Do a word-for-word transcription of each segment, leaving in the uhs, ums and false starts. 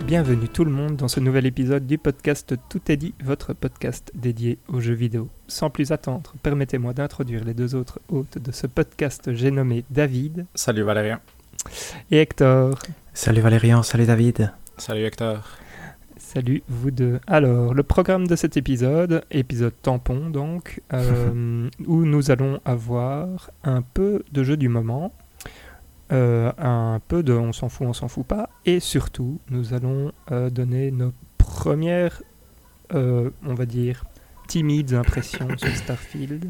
Bienvenue tout le monde dans ce nouvel épisode du podcast Tout est dit, votre podcast dédié aux jeux vidéo. Sans plus attendre, permettez-moi d'introduire les deux autres hôtes de ce podcast, j'ai nommé David. Salut Valérien. Et Hector. Salut Valérian, salut David. Salut Hector. Salut vous deux. Alors, le programme de cet épisode, épisode tampon donc, euh, où nous allons avoir un peu de jeux du moment, euh, un peu de on s'en fout, on s'en fout pas, et surtout, nous allons euh, donner nos premières, euh, on va dire, timides impressions sur Starfield.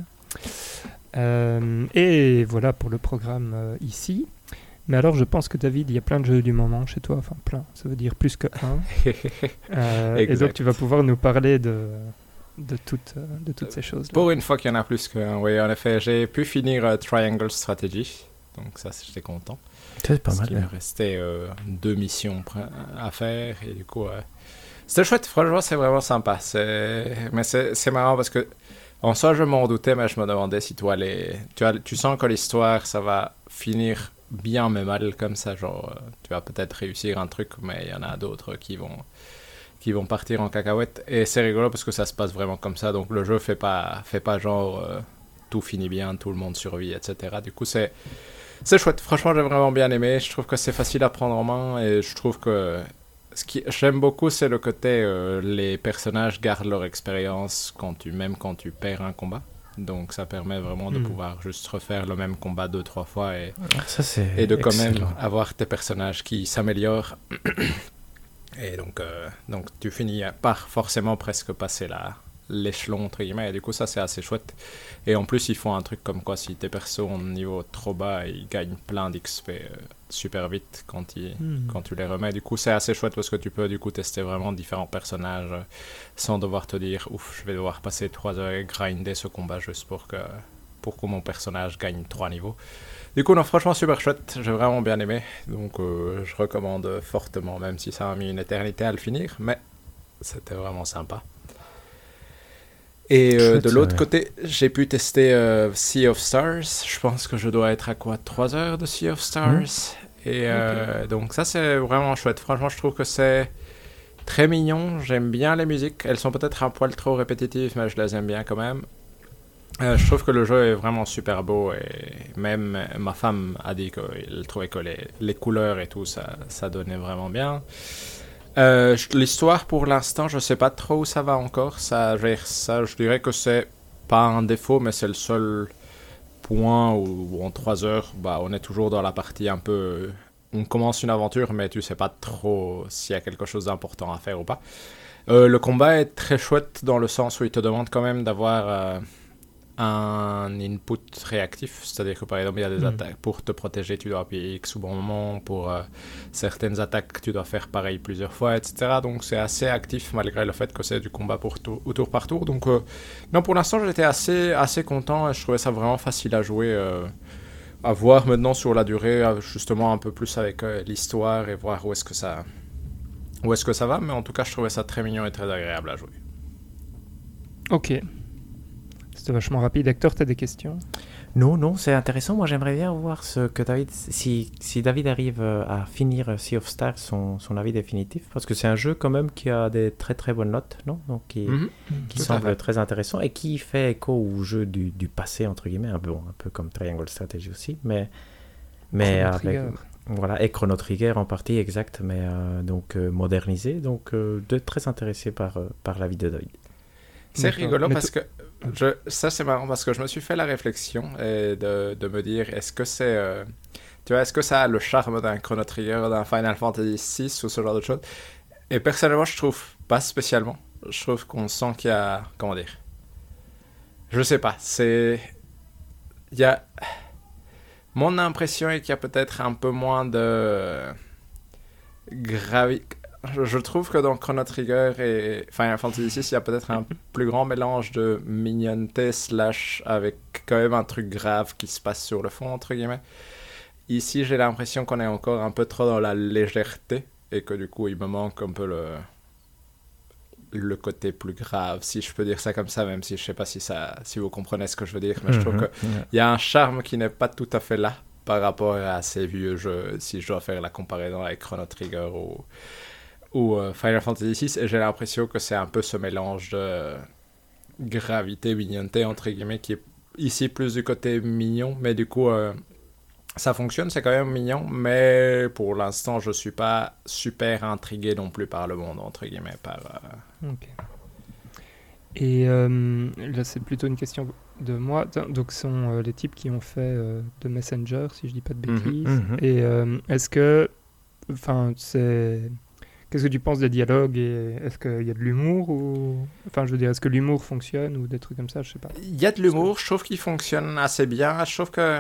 Euh, et voilà pour le programme euh, ici. Mais alors, je pense que David, il y a plein de jeux du moment chez toi. Enfin, plein, ça veut dire plus que un. euh, et donc, tu vas pouvoir nous parler de, de, toutes, de toutes ces choses-là. Pour une fois qu'il y en a plus qu'un, oui, en effet. J'ai pu finir uh, Triangle Strategy. Donc ça, j'étais content. C'est pas Parce mal. qu'il me restait euh, deux missions à faire. Et du coup, euh, c'était chouette. Franchement, c'est vraiment sympa. C'est... Mais c'est, c'est marrant parce que, en soi, je m'en doutais, mais je me demandais si toi, les... tu, as... tu sens que l'histoire, ça va finir bien mais mal comme ça, genre euh, tu vas peut-être réussir un truc mais il y en a d'autres qui vont qui vont partir en cacahuète et c'est rigolo parce que ça se passe vraiment comme ça, donc le jeu fait pas fait pas genre euh, tout finit bien, tout le monde survit, etc. Du coup c'est c'est chouette, franchement j'ai vraiment bien aimé, je trouve que c'est facile à prendre en main et je trouve que ce qui j'aime beaucoup c'est le côté euh, les personnages gardent leur expérience quand tu même quand tu perds un combat. Donc ça permet vraiment de mmh. pouvoir juste refaire le même combat deux, trois fois et, ça, c'est et de quand excellent. même avoir tes personnages qui s'améliorent. Et donc, euh, donc tu finis par forcément presque passer la, l'échelon entre guillemets. Et du coup ça c'est assez chouette. Et en plus ils font un truc comme quoi si tes persos ont un niveau trop bas, ils gagnent plein d'X P euh, super vite quand, ils, mmh. quand tu les remets. Du coup c'est assez chouette parce que tu peux du coup tester vraiment différents personnages euh, sans devoir te dire ouf je vais devoir passer trois heures et grinder ce combat juste pour que, pour que mon personnage gagne trois niveaux. Du coup non franchement super chouette, j'ai vraiment bien aimé. Donc euh, je recommande fortement même si ça a mis une éternité à le finir. Mais c'était vraiment sympa. Et euh, de l'autre ouais. côté, j'ai pu tester euh, Sea of Stars. Je pense que je dois être à quoi trois heures de Sea of Stars. Mmh. Et euh, okay. donc ça, c'est vraiment chouette. Franchement, je trouve que c'est très mignon. J'aime bien les musiques. Elles sont peut-être un poil trop répétitives, mais je les aime bien quand même. Euh, je trouve que le jeu est vraiment super beau. Et même ma femme a dit qu'elle trouvait que les, les couleurs et tout, ça, ça donnait vraiment bien. Euh, l'histoire pour l'instant je sais pas trop où ça va encore, ça, ça je dirais que c'est pas un défaut mais c'est le seul point où, où en trois heures bah, on est toujours dans la partie un peu on commence une aventure mais tu sais pas trop s'il y a quelque chose d'important à faire ou pas. Euh, le combat est très chouette dans le sens où il te demande quand même d'avoir euh, un input réactif, c'est-à-dire que par exemple il y a des mmh. attaques pour te protéger tu dois appuyer X au bon moment, pour euh, certaines attaques tu dois faire pareil plusieurs fois, etc. Donc c'est assez actif malgré le fait que c'est du combat pour tour, au tour par tour. Donc euh, non, pour l'instant j'étais assez, assez content et je trouvais ça vraiment facile à jouer, euh, à voir maintenant sur la durée, justement un peu plus avec euh, l'histoire et voir où est-ce que ça où est-ce que ça va, mais en tout cas je trouvais ça très mignon et très agréable à jouer. Ok. C'était vachement rapide. Hector, tu as des questions ? Non, non, c'est intéressant. Moi, j'aimerais bien voir ce que David, si, si David arrive à finir Sea of Stars, son, son avis définitif, parce que c'est un jeu quand même qui a des très très bonnes notes, non ? Donc qui, mm-hmm. qui semble très intéressant et qui fait écho au jeu du, du passé entre guillemets, un peu, un peu comme Triangle Strategy aussi, mais mais Chrono avec Trigger. Voilà, et Chrono Trigger en partie exact, mais euh, donc euh, modernisé, donc euh, de très intéressé par euh, par l'avis de David. C'est D'accord. rigolo mais parce t- que je, ça c'est marrant parce que je me suis fait la réflexion et de, de me dire est-ce que c'est euh, tu vois est-ce que ça a le charme d'un Chrono Trigger, d'un Final Fantasy six ou ce genre de choses, et personnellement je trouve pas spécialement. Je trouve qu'on sent qu'il y a comment dire je sais pas, c'est il y a mon impression est qu'il y a peut-être un peu moins de gravi Je trouve que dans Chrono Trigger et Final Fantasy six, il y a peut-être un plus grand mélange de mignonneté slash avec quand même un truc grave qui se passe sur le fond, entre guillemets. Ici, j'ai l'impression qu'on est encore un peu trop dans la légèreté et que du coup, il me manque un peu le, le côté plus grave, si je peux dire ça comme ça, même si je sais pas si, ça, si vous comprenez ce que je veux dire, mais mm-hmm. je trouve qu'il yeah. y a un charme qui n'est pas tout à fait là par rapport à ces vieux jeux, si je dois faire la comparaison avec Chrono Trigger ou... ou euh, Final Fantasy six, et j'ai l'impression que c'est un peu ce mélange de euh, gravité, mignonneté, entre guillemets, qui est ici plus du côté mignon, mais du coup, euh, ça fonctionne, c'est quand même mignon, mais pour l'instant, je suis pas super intrigué non plus par le monde, entre guillemets, par... Euh... Ok. Et euh, là, c'est plutôt une question de moi. Donc, ce sont euh, les types qui ont fait euh, The Messenger, si je dis pas de bêtises. Mm-hmm. Et euh, est-ce que... Enfin, c'est... Qu'est-ce que tu penses des dialogues et est-ce qu'il y a de l'humour ou... Enfin, je veux dire, est-ce que l'humour fonctionne ou des trucs comme ça, je sais pas. Il y a de l'humour, je trouve qu'il fonctionne assez bien. Je trouve que...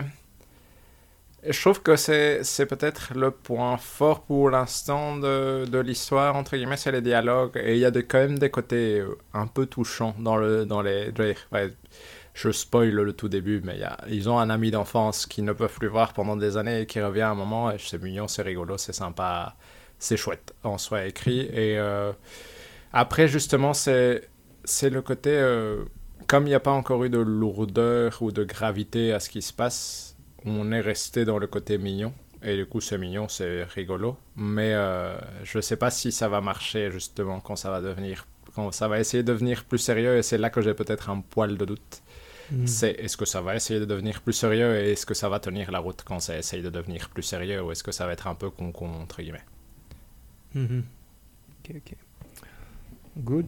Je trouve que c'est, c'est peut-être le point fort pour l'instant de, de l'histoire, entre guillemets, c'est les dialogues. Et il y a de, quand même des côtés un peu touchants dans, le, dans les... Ouais, je spoil le tout début, mais il y a, ils ont un ami d'enfance qu'ils ne peuvent plus voir pendant des années et qui revient à un moment. Et c'est mignon, c'est rigolo, c'est sympa, c'est chouette en soi écrit. Et euh, après, justement, c'est, c'est le côté... Euh, comme il n'y a pas encore eu de lourdeur ou de gravité à ce qui se passe... On est resté dans le côté mignon, et du coup c'est mignon, c'est rigolo, mais euh, je ne sais pas si ça va marcher justement quand ça va devenir, quand ça va essayer de devenir plus sérieux, et c'est là que j'ai peut-être un poil de doute. Mmh. C'est est-ce que ça va essayer de devenir plus sérieux, et est-ce que ça va tenir la route quand ça essaye de devenir plus sérieux, ou est-ce que ça va être un peu con-con entre guillemets. Mmh. Ok, ok. Good.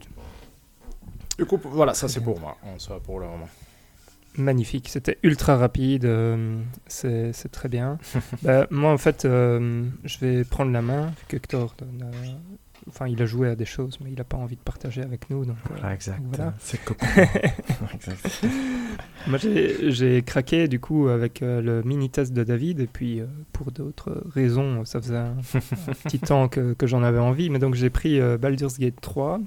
Du coup, voilà, ça c'est pour moi, en soi, pour le moment. Magnifique, c'était ultra rapide, euh, c'est, c'est très bien. bah, moi, en fait, euh, je vais prendre la main, vu qu'Hector, euh, enfin, il a joué à des choses, mais il n'a pas envie de partager avec nous. Donc, voilà, euh, exact. Voilà. C'est copain. Exact. Moi, j'ai, j'ai craqué, du coup, avec euh, le mini-test de David, et puis, euh, pour d'autres raisons, ça faisait un, un petit temps que, que j'en avais envie, mais donc j'ai pris euh, Baldur's Gate trois.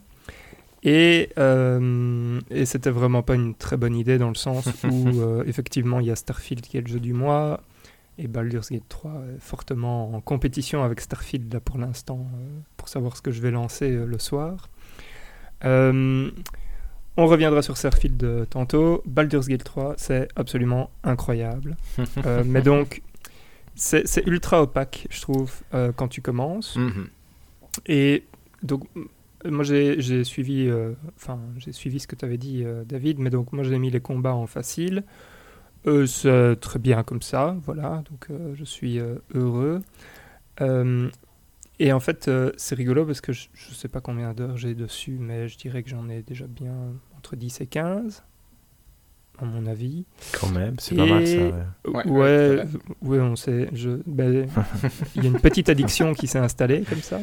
Et, euh, et c'était vraiment pas une très bonne idée dans le sens où euh, effectivement il y a Starfield qui est le jeu du mois et Baldur's Gate trois est fortement en compétition avec Starfield là pour l'instant euh, pour savoir ce que je vais lancer euh, le soir. Euh, on reviendra sur Starfield euh, tantôt. Baldur's Gate trois c'est absolument incroyable. euh, mais donc c'est, c'est ultra opaque je trouve euh, quand tu commences. Mm-hmm. Et donc moi, j'ai, j'ai, suivi, euh, j'ai suivi ce que tu avais dit, euh, David, mais donc moi, j'ai mis les combats en facile. Euh, c'est très bien comme ça, voilà, donc euh, je suis euh, heureux. Euh, et en fait, euh, c'est rigolo parce que je ne sais pas combien d'heures j'ai dessus, mais je dirais que j'en ai déjà bien entre dix et quinze, à mon avis. Quand même, c'est et... pas mal ça. Ouais, ouais, ouais, ouais, ouais on sait. Je... Ben, il y a une petite addiction qui s'est installée comme ça.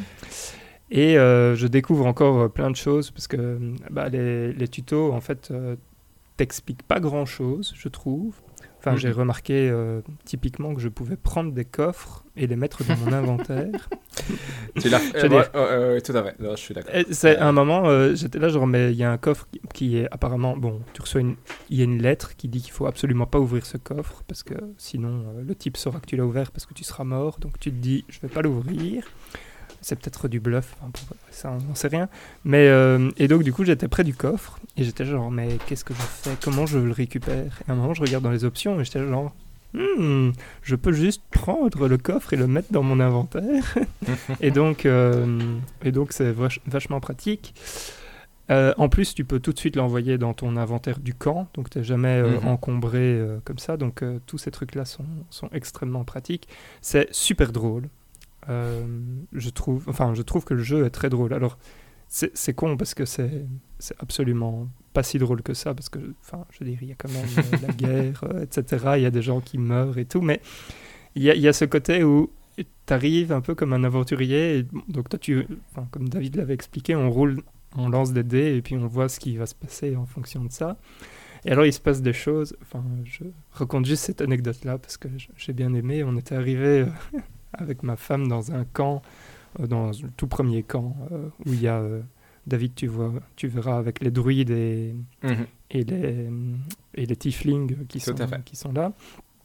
Et euh, je découvre encore euh, plein de choses parce que bah, les, les tutos, en fait, euh, t'expliquent pas grand-chose, je trouve. Enfin, mmh. j'ai remarqué euh, typiquement que je pouvais prendre des coffres et les mettre dans mon inventaire. Tu l'as fait, euh, ouais, euh, euh, tout à fait, non, je suis d'accord. Et c'est euh... un moment, euh, j'étais là, genre, mais il y a un coffre qui, qui est apparemment, bon, tu reçois une, il y a une lettre qui dit qu'il faut absolument pas ouvrir ce coffre parce que sinon, euh, le type saura que tu l'as ouvert parce que tu seras mort. Donc tu te dis, je vais pas l'ouvrir. C'est peut-être du bluff, enfin, ça on n'en sait rien. Mais, euh, et donc du coup j'étais près du coffre et j'étais genre mais qu'est-ce que je fais, comment je le récupère? Et à un moment je regarde dans les options et j'étais genre hmm, je peux juste prendre le coffre et le mettre dans mon inventaire. et, donc, euh, et donc c'est vach- vachement pratique. Euh, en plus tu peux tout de suite l'envoyer dans ton inventaire du camp, donc tu n'es jamais euh, mm-hmm. encombré euh, comme ça, donc euh, tous ces trucs là sont, sont extrêmement pratiques. C'est super drôle. Euh, je trouve, enfin, je trouve que le jeu est très drôle. Alors, c'est, c'est con parce que c'est, c'est absolument pas si drôle que ça, parce que, enfin, je veux dire, il y a quand même euh, la guerre, euh, et cetera. Il y a des gens qui meurent et tout, mais il y a, il y a ce côté où tu arrives un peu comme un aventurier. Et, donc, toi, tu, enfin, comme David l'avait expliqué, on roule, on lance des dés et puis on voit ce qui va se passer en fonction de ça. Et alors, il se passe des choses. Enfin, je raconte juste cette anecdote-là parce que j'ai bien aimé. On était arrivé. Euh, avec ma femme dans un camp, euh, dans le tout premier camp, euh, où il y a, euh, David, tu, vois, tu verras, avec les druides et, mm-hmm. et, les, et les tieflings qui sont, qui sont là.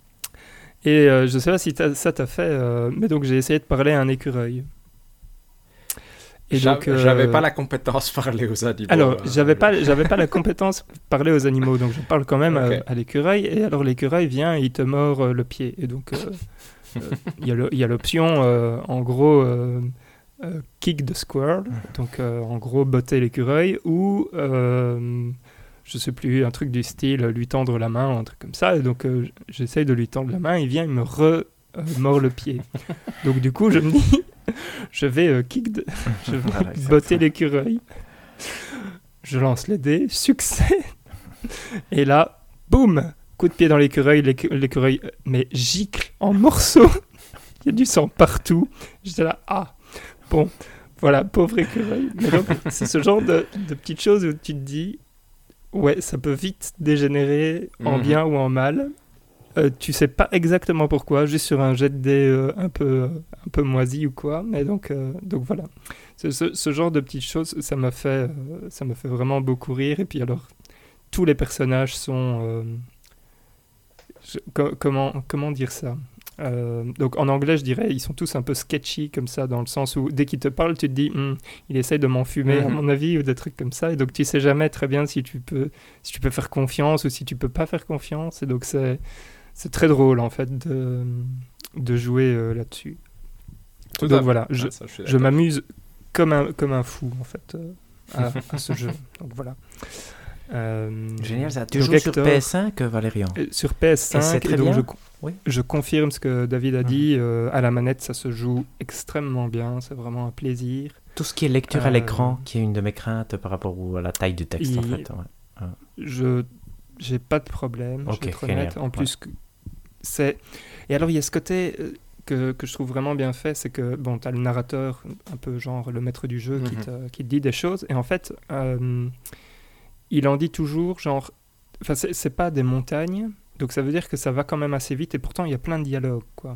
Et euh, je ne sais pas si t'as, ça t'a fait, euh, mais donc j'ai essayé de parler à un écureuil. Et J'a- donc, euh, j'avais pas la compétence parler aux animaux. Alors, euh, j'avais pas, j'avais pas la compétence parler aux animaux, donc je parle quand même okay. à, à l'écureuil. Et alors l'écureuil vient, et il te mord euh, le pied. Et donc... Euh, il euh, y, y a l'option, euh, en gros, euh, euh, kick the squirrel, donc euh, en gros botter l'écureuil, ou euh, je sais plus, un truc du style lui tendre la main, un truc comme ça. Et donc euh, j'essaye de lui tendre la main, il vient, il me re euh, mord le pied. Donc du coup je me dis, je vais euh, kick, de... je vais voilà, botter l'écureuil. Je lance les dés, succès. Et là, boum, coup de pied dans l'écureuil, l'écu- l'écureuil mais gicle en morceaux. Il y a du sang partout. J'étais là, ah, bon, voilà, pauvre écureuil. Mais donc, c'est ce genre de, de petites choses où tu te dis, ouais, ça peut vite dégénérer en mmh. bien ou en mal. Euh, tu sais pas exactement pourquoi, juste sur un jet de dés euh, un peu, un peu moisi ou quoi. Mais donc, euh, donc voilà. Ce, ce, ce genre de petites choses, ça m'a fait, euh, ça m'a fait vraiment beaucoup rire. Et puis alors, tous les personnages sont... Euh, je, co- comment, comment dire ça Euh, donc en anglais je dirais ils sont tous un peu sketchy comme ça, dans le sens où dès qu'ils te parlent tu te dis hm, il essaye de m'enfumer mm-hmm. à mon avis, ou des trucs comme ça, et donc tu sais jamais très bien si tu peux si tu peux faire confiance ou si tu peux pas faire confiance, et donc c'est c'est très drôle en fait de de jouer euh, là-dessus. Tout donc voilà, je, ah, ça, je, je m'amuse comme un comme un fou en fait euh, à, à ce jeu. Donc voilà. Euh, Génial ça. Tu joues Hector, sur P S cinq, Valérian? Sur P S cinq, et c'est très et donc bien. je, oui. je confirme ce que David a dit. Euh, à la manette, ça se joue extrêmement bien. C'est vraiment un plaisir. Tout ce qui est lecture euh, à l'écran, qui est une de mes craintes par rapport à la taille du texte, il, en fait. Ouais. Je j'ai pas de problème. Okay, je vais être honnête. En plus, ouais. que c'est et alors il y a ce côté que que je trouve vraiment bien fait, c'est que bon, t'as le narrateur, un peu genre le maître du jeu, mm-hmm. qui te qui te dit des choses, et en fait. Euh, il en dit toujours, genre... Enfin, c'est, c'est pas des montagnes, donc ça veut dire que ça va quand même assez vite, et pourtant, il y a plein de dialogues, quoi.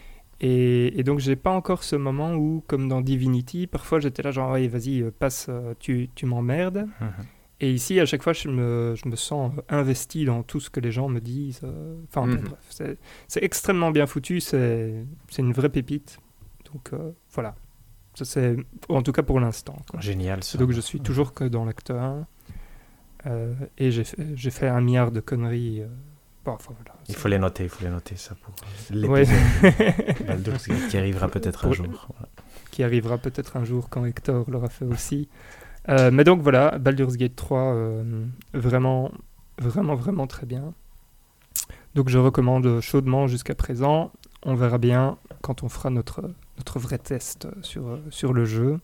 Et, et donc, j'ai pas encore ce moment où, comme dans Divinity, parfois, j'étais là, genre, hey, vas-y, passe, tu, tu m'emmerdes. Mm-hmm. Et ici, à chaque fois, je me, je me sens investi dans tout ce que les gens me disent. Enfin, mm-hmm. bon, bref, c'est, c'est extrêmement bien foutu, c'est, c'est une vraie pépite. Donc, euh, voilà. Ça, c'est... En tout cas, pour l'instant, quoi. Génial, ça. Donc, je suis toujours que dans l'acte un. Euh, et j'ai fait, j'ai fait un milliard de conneries. Euh, bon, enfin, voilà, il faut les noter, il faut les noter, ça, pour l'épisode. Ouais. Baldur's Gate qui arrivera peut-être pour, un jour. Voilà. Qui arrivera peut-être un jour quand Hector l'aura fait aussi. Euh, mais donc voilà, Baldur's Gate trois, euh, vraiment, vraiment, vraiment très bien. Donc je recommande chaudement jusqu'à présent. On verra bien quand on fera notre, notre vrai test sur, sur le jeu.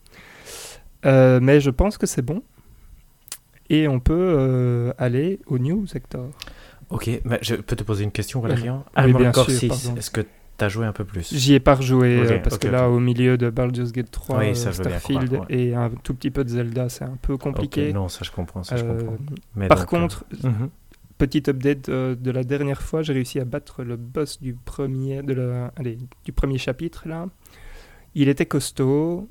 Euh, mais je pense que c'est bon. Et on peut euh, aller aux news, Hector. Ok, mais je peux te poser une question, Valérian? Ah, oui, bien sûr, six, est-ce que tu as joué un peu plus? J'y ai pas rejoué, okay, euh, parce okay, que là, okay. au milieu de Baldur's Gate trois, oui, euh, Starfield croire, ouais. et un tout petit peu de Zelda, c'est un peu compliqué. Okay, non, ça je comprends, ça je euh, comprends. Mais par donc, contre, euh... mm-hmm. petit update euh, de la dernière fois, j'ai réussi à battre le boss du premier, de la, allez, du premier chapitre, là. Il était costaud.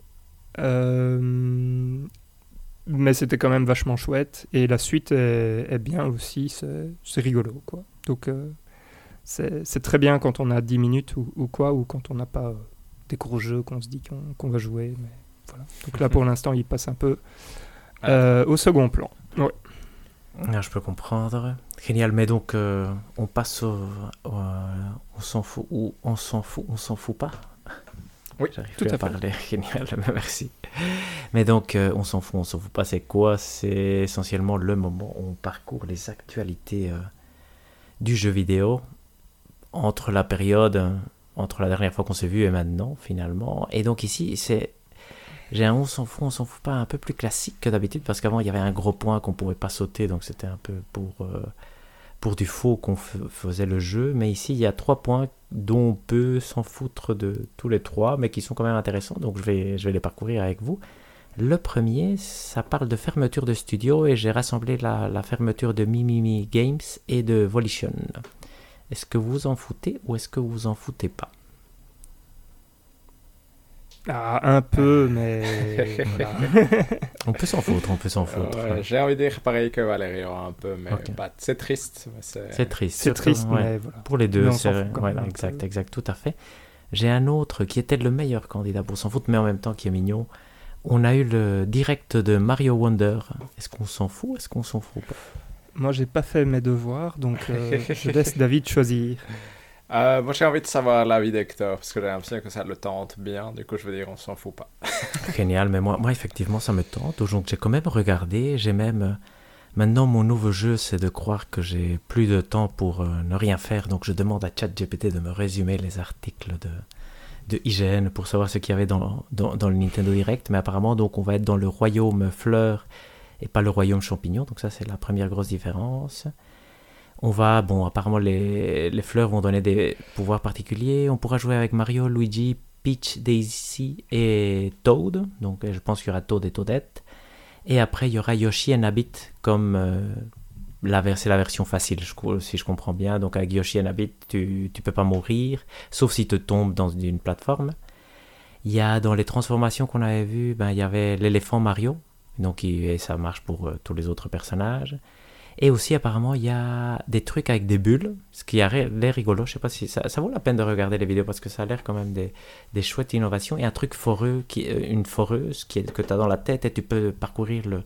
Euh... Mais c'était quand même vachement chouette, et la suite est, est bien aussi, c'est, c'est rigolo, quoi. Donc euh, c'est, c'est très bien quand on a dix minutes ou, ou quoi, ou quand on n'a pas euh, des gros jeux qu'on se dit qu'on, qu'on va jouer. Mais voilà. Donc là, pour l'instant, il passe un peu euh, au second plan. Ouais. Ah, je peux comprendre. Génial, mais donc euh, on passe au, au, on s'en fout ou on s'en fout, on s'en fout pas. Oui, j'arrive tout plus à, à fait. parler. Génial, merci. Mais donc, euh, on s'en fout, on s'en fout pas. C'est quoi? C'est essentiellement le moment où on parcourt les actualités euh, du jeu vidéo entre la période, euh, entre la dernière fois qu'on s'est vu et maintenant, finalement. Et donc ici, c'est j'ai un on s'en fout, on s'en fout pas un peu plus classique que d'habitude, parce qu'avant, il y avait un gros point qu'on pouvait pas sauter, donc c'était un peu pour... Euh, pour du faux qu'on f- faisait le jeu, mais ici il y a trois points dont on peut s'en foutre de tous les trois, mais qui sont quand même intéressants, donc je vais, je vais les parcourir avec vous. Le premier, ça parle de fermeture de studio, et j'ai rassemblé la, la fermeture de Mimimi Games et de Volition. Est-ce que vous en foutez ou est-ce que vous en foutez pas? Ah, un peu, mais... voilà. On peut s'en foutre, on peut s'en foutre. Euh, j'ai envie de dire pareil que Valérian, un peu, mais okay. bah, c'est triste. Mais c'est... c'est triste. C'est triste, ouais. mais voilà. Pour les deux, mais c'est voilà, exact, exact, tout à fait. J'ai un autre qui était le meilleur candidat pour s'en foutre, mais en même temps qui est mignon. On a eu le direct de Mario Wonder. Est-ce qu'on s'en fout? Est-ce qu'on s'en fout pas? Moi, j'ai pas fait mes devoirs, donc euh, je laisse David choisir. Euh, moi, j'ai envie de savoir l'avis d'Hector, parce que j'ai l'impression que ça le tente bien. Du coup, je veux dire, on s'en fout pas. Génial, mais moi, moi, effectivement, ça me tente. Donc, j'ai quand même regardé. J'ai même... euh, Maintenant, mon nouveau jeu, c'est de croire que j'ai plus de temps pour euh, ne rien faire. Donc, je demande à ChatGPT de me résumer les articles de, de I G N pour savoir ce qu'il y avait dans, dans, dans le Nintendo Direct. Mais apparemment, donc, on va être dans le royaume fleurs et pas le royaume champignon. Donc, ça, c'est la première grosse différence. On va, bon, apparemment, les, les fleurs vont donner des pouvoirs particuliers. On pourra jouer avec Mario, Luigi, Peach, Daisy et Toad. Donc, je pense qu'il y aura Toad et Toadette. Et après, il y aura Yoshi et Nabbit comme euh, la, c'est la version facile, je, si je comprends bien. Donc, avec Yoshi et Nabbit, tu ne peux pas mourir, sauf si tu tombes dans une plateforme. Il y a, dans les transformations qu'on avait vues, ben, il y avait l'éléphant Mario. Donc, il, et ça marche pour euh, tous les autres personnages. Et aussi, apparemment, il y a des trucs avec des bulles, ce qui a l'air rigolo. Je sais pas si ça, ça vaut la peine de regarder les vidéos parce que ça a l'air quand même des, des chouettes innovations. Et un truc foreux, qui, une foreuse qui est, que tu as dans la tête et tu peux parcourir le,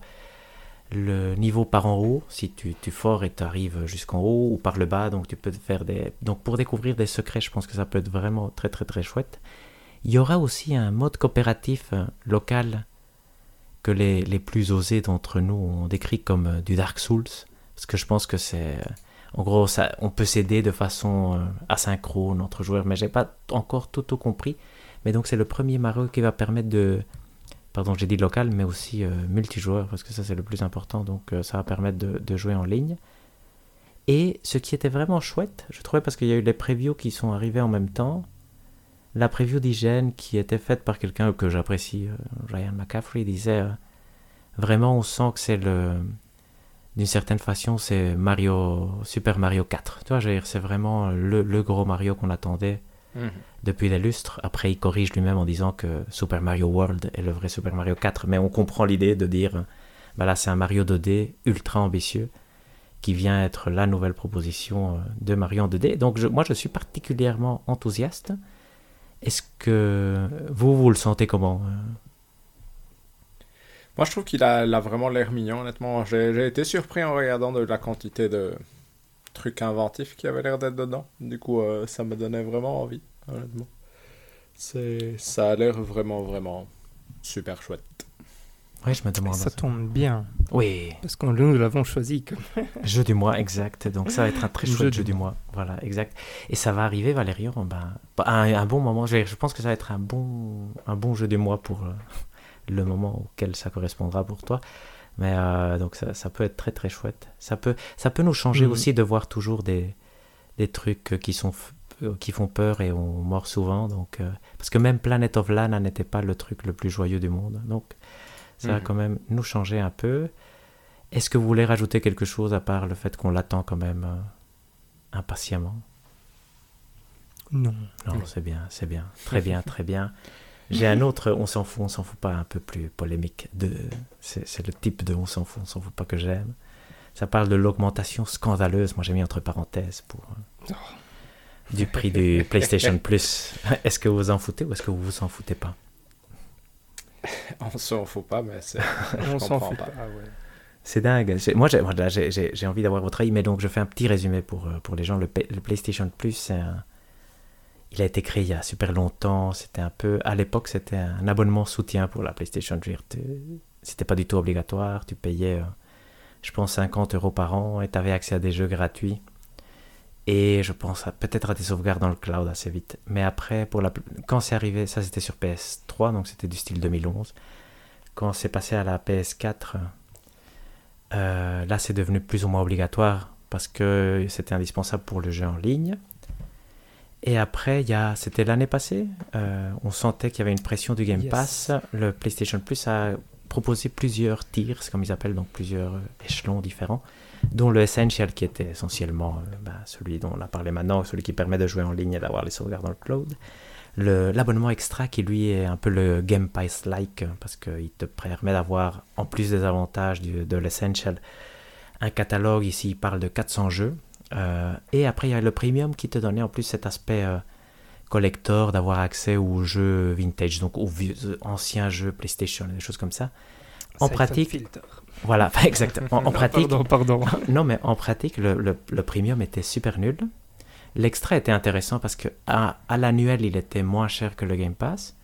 le niveau par en haut. Si tu, tu fores et tu arrives jusqu'en haut ou par le bas, donc tu peux faire des... Donc pour découvrir des secrets, je pense que ça peut être vraiment très très très chouette. Il y aura aussi un mode coopératif euh, local que les, les plus osés d'entre nous ont décrit comme euh, du Dark Souls. Parce que je pense que c'est... En gros, ça, on peut s'aider de façon euh, asynchrone entre joueurs, mais j'ai pas encore tout, tout compris. Mais donc, c'est le premier Mario qui va permettre de... Pardon, j'ai dit local, mais aussi euh, multijoueur, parce que ça, c'est le plus important. Donc, euh, ça va permettre de, de jouer en ligne. Et ce qui était vraiment chouette, je trouvais, parce qu'il y a eu les previews qui sont arrivés en même temps. La preview d'I G N qui était faite par quelqu'un que j'apprécie, euh, Ryan McCaffrey, disait... Euh, vraiment, on sent que c'est le... D'une certaine façon, c'est Mario, Super Mario quatre. Tu vois, je veux dire, c'est vraiment le, le gros Mario qu'on attendait mmh. depuis des lustres. Après, il corrige lui-même en disant que Super Mario World est le vrai Super Mario quatre. Mais on comprend l'idée de dire, ben là, c'est un Mario deux D ultra ambitieux qui vient être la nouvelle proposition de Mario en deux D. Donc, je, moi, je suis particulièrement enthousiaste. Est-ce que vous, vous le sentez comment ? Moi, je trouve qu'il a, il a vraiment l'air mignon, honnêtement. J'ai, j'ai été surpris en regardant de la quantité de trucs inventifs qui avaient l'air d'être dedans. Du coup, euh, ça me donnait vraiment envie, honnêtement. C'est, ça a l'air vraiment, vraiment super chouette. Oui, je me demande. Ça tombe bien. Oui. Parce que nous l'avons choisi. Comme... jeu du mois, exact. Donc ça va être un très chouette jeu, jeu du mois. mois. Voilà, exact. Et ça va arriver, Valérian, ben, un, un bon moment. Je, je pense que ça va être un bon, un bon jeu du mois pour... Euh... le moment auquel ça correspondra pour toi, mais euh, donc ça, ça peut être très très chouette. Ça peut, ça peut nous changer mmh. aussi de voir toujours des, des trucs qui, sont, qui font peur et on meurt souvent, donc, euh, parce que même Planet of Lana n'était pas le truc le plus joyeux du monde, donc ça mmh. va quand même nous changer un peu. Est-ce que vous voulez rajouter quelque chose à part le fait qu'on l'attend quand même euh, impatiemment ? Non. Non, c'est bien, c'est bien, très bien, très bien. J'ai un autre, on s'en fout, on s'en fout pas, un peu plus polémique. De, c'est, c'est le type de on s'en fout, on s'en fout pas que j'aime. Ça parle de l'augmentation scandaleuse, moi j'ai mis entre parenthèses, pour euh, du prix du PlayStation Plus. Est-ce que vous vous en foutez ou est-ce que vous vous en foutez pas ? On s'en fout pas, mais c'est... on s'en fout pas, pas ouais. C'est dingue. J'ai, moi, j'ai, voilà, j'ai, j'ai, j'ai envie d'avoir votre avis, mais donc je fais un petit résumé pour, pour les gens. Le, le PlayStation Plus, c'est un... Il a été créé il y a super longtemps. C'était un peu, à l'époque, c'était un abonnement soutien pour la PlayStation. C'était pas du tout obligatoire. Tu payais, je pense, cinquante euros par an et tu avais accès à des jeux gratuits. Et je pense à, peut-être à des sauvegardes dans le cloud assez vite. Mais après, pour la, quand c'est arrivé, ça c'était sur P S trois, donc c'était du style deux mille onze. Quand c'est passé à la P S quatre, euh, là c'est devenu plus ou moins obligatoire parce que c'était indispensable pour le jeu en ligne. Et après, il y a, c'était l'année passée, euh, on sentait qu'il y avait une pression du Game yes. Pass. Le PlayStation Plus a proposé plusieurs tiers, comme ils appellent, donc plusieurs échelons différents, dont le Essential qui était essentiellement euh, bah, celui dont on a parlé maintenant, celui qui permet de jouer en ligne et d'avoir les sauvegardes dans le cloud. Le, l'abonnement extra qui lui est un peu le Game Pass-like, parce qu'il te permet d'avoir, en plus des avantages du, de l'Essential, un catalogue, ici il parle de quatre cents jeux. Euh, et après il y a le premium qui te donnait en plus cet aspect euh, collector, d'avoir accès aux jeux vintage, donc aux vieux, anciens jeux PlayStation, des choses comme ça. En ça pratique, voilà, exactement. En, en non, pratique, pardon, pardon. non mais en pratique, le, le, le premium était super nul. l'extra était intéressant parce que à, à l'annuel, il était moins cher que le Game Pass.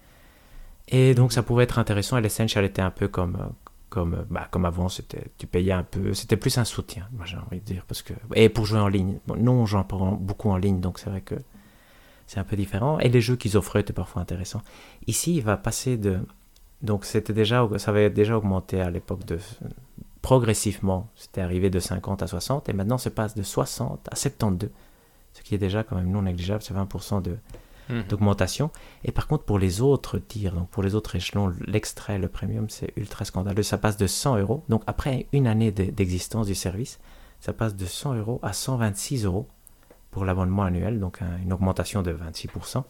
Et donc, ça pouvait être intéressant. Et l'Essential était un peu comme, comme, bah, comme avant. C'était, tu payais un peu. C'était plus un soutien, moi, j'ai envie de dire. Parce que, et pour jouer en ligne. Bon, non, on joue beaucoup en ligne. Donc, c'est vrai que c'est un peu différent. Et les jeux qu'ils offraient étaient parfois intéressants. Ici, il va passer de... Donc, c'était déjà, ça avait déjà augmenté à l'époque de... Progressivement, c'était arrivé de cinquante à soixante. Et maintenant, ça passe de soixante à soixante-douze. Ce qui est déjà quand même non négligeable. C'est vingt pour cent de... d'augmentation. Et par contre, pour les autres tirs, donc pour les autres échelons, l'extra et le premium, c'est ultra scandaleux. Ça passe de cent euros. Donc après une année de, d'existence du service, ça passe de cent euros à cent vingt-six euros pour l'abonnement annuel, donc un, une augmentation de vingt-six pour cent.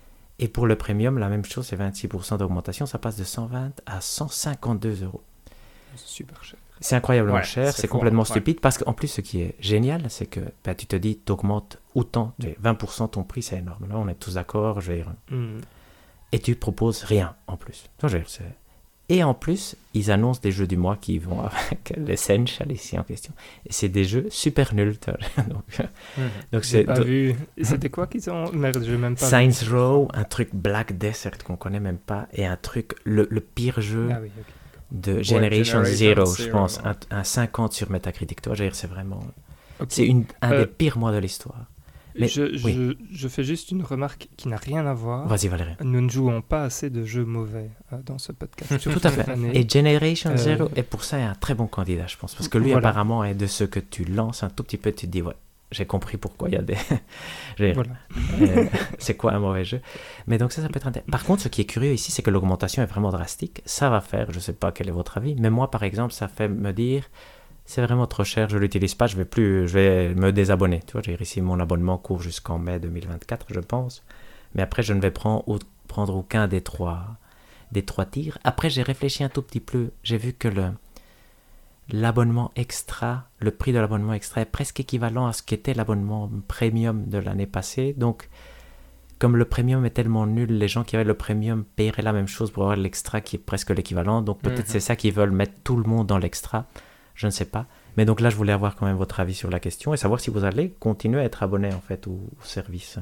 Et pour le premium, la même chose, c'est vingt-six pour cent d'augmentation. Ça passe de cent vingt à cent cinquante-deux euros. C'est super cher. C'est incroyablement ouais, cher, c'est, c'est complètement fou, stupide, ouais. parce qu'en plus, ce qui est génial, c'est que ben, tu te dis, tu augmentes autant, vingt pour cent ton prix, c'est énorme. Là, on est tous d'accord, je veux dire. Mm. Et tu proposes rien en plus. Je veux dire, c'est... Et en plus, ils annoncent des jeux du mois qui vont avec l'Essential ici en question. Et c'est des jeux super nuls. donc, mm. donc c'est... J'ai pas donc... vu. C'était quoi qu'ils ont... Merde, je même pas Saints vu. Row, un truc Black Desert qu'on connaît même pas, et un truc, le, le pire jeu... Ah oui, ok. De Generation, ouais, Generation Zero, Zero, je pense, ouais. un, un cinquante sur Metacritic. Toi, je veux dire, c'est vraiment... Okay. C'est une, un euh, des pires mois de l'histoire. Mais, je, oui. je, je fais juste une remarque qui n'a rien à voir. Vas-y, Valérie. Nous ne jouons pas assez de jeux mauvais euh, dans ce podcast. Tout à fait. Année. Et Generation euh... Zero est pour ça un très bon candidat, je pense. Parce que lui, voilà. apparemment, est de ce que tu lances un tout petit peu, tu te dis, ouais, j'ai compris pourquoi il y a des... voilà. euh, c'est quoi un mauvais jeu. Mais donc ça, ça peut être intéressant. Par contre, ce qui est curieux ici, c'est que l'augmentation est vraiment drastique. Ça va faire, je ne sais pas quel est votre avis, mais moi, par exemple, ça fait me dire, c'est vraiment trop cher, je ne l'utilise pas, je vais plus, je vais me désabonner. Tu vois, j'ai ici mon abonnement court jusqu'en mai deux mille vingt-quatre, je pense. Mais après, je ne vais prendre, prendre aucun des trois, des trois tirs. Après, j'ai réfléchi un tout petit peu. J'ai vu que le... l'abonnement extra, le prix de l'abonnement extra est presque équivalent à ce qu'était l'abonnement premium de l'année passée. Donc, comme le premium est tellement nul, les gens qui avaient le premium paieraient la même chose pour avoir l'extra qui est presque l'équivalent. Donc, peut-être mm-hmm. c'est ça qu'ils veulent mettre tout le monde dans l'extra. Je ne sais pas. Mais donc là, je voulais avoir quand même votre avis sur la question et savoir si vous allez continuer à être abonné en fait au, au service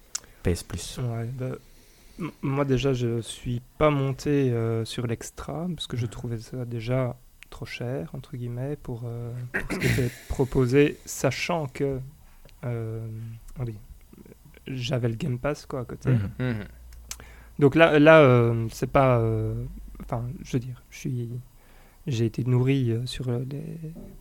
P S Plus. Ouais, bah, m- moi déjà, je suis pas monté euh, sur l'extra parce que je trouvais ça déjà trop cher, entre guillemets, pour, euh, pour ce qui était proposé, sachant que euh, on dit, j'avais le Game Pass quoi, à côté. Mm-hmm. Donc là, là euh, c'est pas... Enfin, euh, je veux dire, je suis, j'ai été nourri euh, sur, les,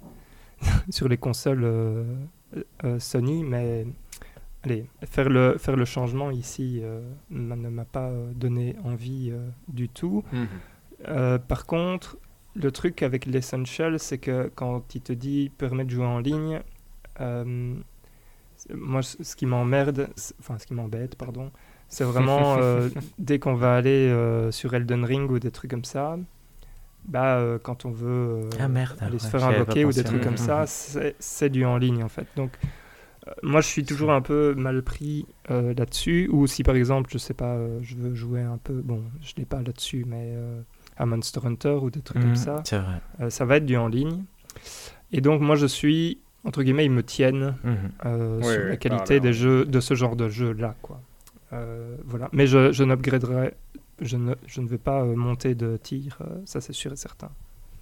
sur les consoles euh, euh, Sony, mais allez, faire le, faire le changement ici euh, ne m'a pas donné envie euh, du tout. Mm-hmm. Euh, par contre... Le truc avec l'Essential, c'est que quand il te dit permet de jouer en ligne, euh, moi, ce qui m'emmerde, enfin, ce qui m'embête, pardon, c'est vraiment euh, dès qu'on va aller euh, sur Elden Ring ou des trucs comme ça, bah, euh, quand on veut euh, ah, merde, aller ouais, se faire invoquer ou des trucs comme ça, c'est, c'est du en ligne en fait. Donc, euh, moi, je suis toujours un peu mal pris euh, là-dessus. Ou si par exemple, je sais pas, euh, je veux jouer un peu, bon, je l'ai pas là-dessus, mais euh, à Monster Hunter ou des trucs mmh, comme ça, c'est vrai. Euh, ça va être du en ligne. Et donc, moi, je suis, entre guillemets, ils me tiennent mmh. euh, oui, sur oui, la qualité ah, des jeux, de ce genre de jeu-là, quoi. Euh, voilà. Mais je, je n'upgraderai, je ne, je ne vais pas euh, monter de tir, euh, ça c'est sûr et certain.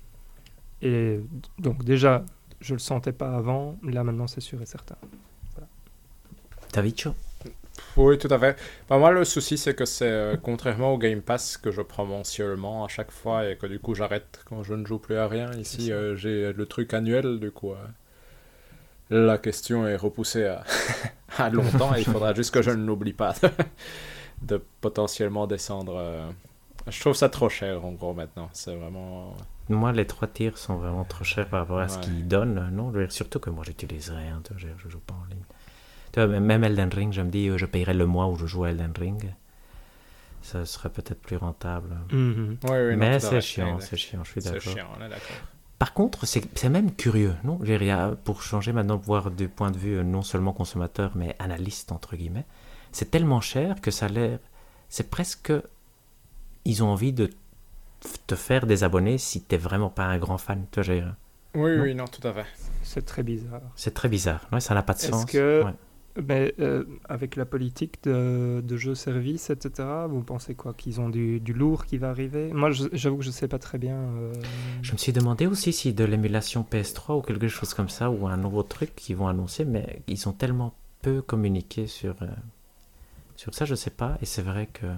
Et donc, déjà, je le sentais pas avant, là maintenant c'est sûr et certain. Voilà. Davicho. Oui, tout à fait. Bah, moi, le souci, c'est que c'est euh, contrairement au Game Pass que je prends mensuellement à chaque fois et que du coup, j'arrête quand je ne joue plus à rien. Ici, euh, j'ai le truc annuel, du coup. Euh, la question est repoussée à, à longtemps et il faudra juste que je ne l'oublie pas de, de potentiellement descendre. Euh... Je trouve ça trop cher, en gros, maintenant. C'est vraiment... Moi, les trois tirs sont vraiment trop chers par rapport à ouais. ce qu'ils donnent. Non, surtout que moi, j'utilise rien. Je ne joue pas en ligne. Même Elden Ring, je me dis, je payerais le mois où je joue à Elden Ring. Ça serait peut-être plus rentable. Mm-hmm. Oui, oui, mais non, c'est chiant, c'est chiant, je suis c'est d'accord. C'est chiant, on est d'accord. Par contre, c'est, c'est même curieux, non ? Pour changer maintenant, voir du point de vue non seulement consommateur, mais analyste, entre guillemets, c'est tellement cher que ça a l'air... C'est presque... Ils ont envie de te faire des abonnés si t'es vraiment pas un grand fan. Tu vois, j'ai... Oui, non oui, non, tout à fait. C'est très bizarre. C'est très bizarre, ouais, ça n'a pas de Est-ce sens. Que... Ouais. Mais euh, avec la politique de, de jeux-services, et cetera, vous pensez quoi? Qu'ils ont du, du lourd qui va arriver? Moi, je, j'avoue que je ne sais pas très bien. Euh... Je me suis demandé aussi si de l'émulation P S trois ou quelque chose comme ça, ou un nouveau truc qu'ils vont annoncer, mais ils ont tellement peu communiqué sur, euh, sur ça, je ne sais pas. Et c'est vrai que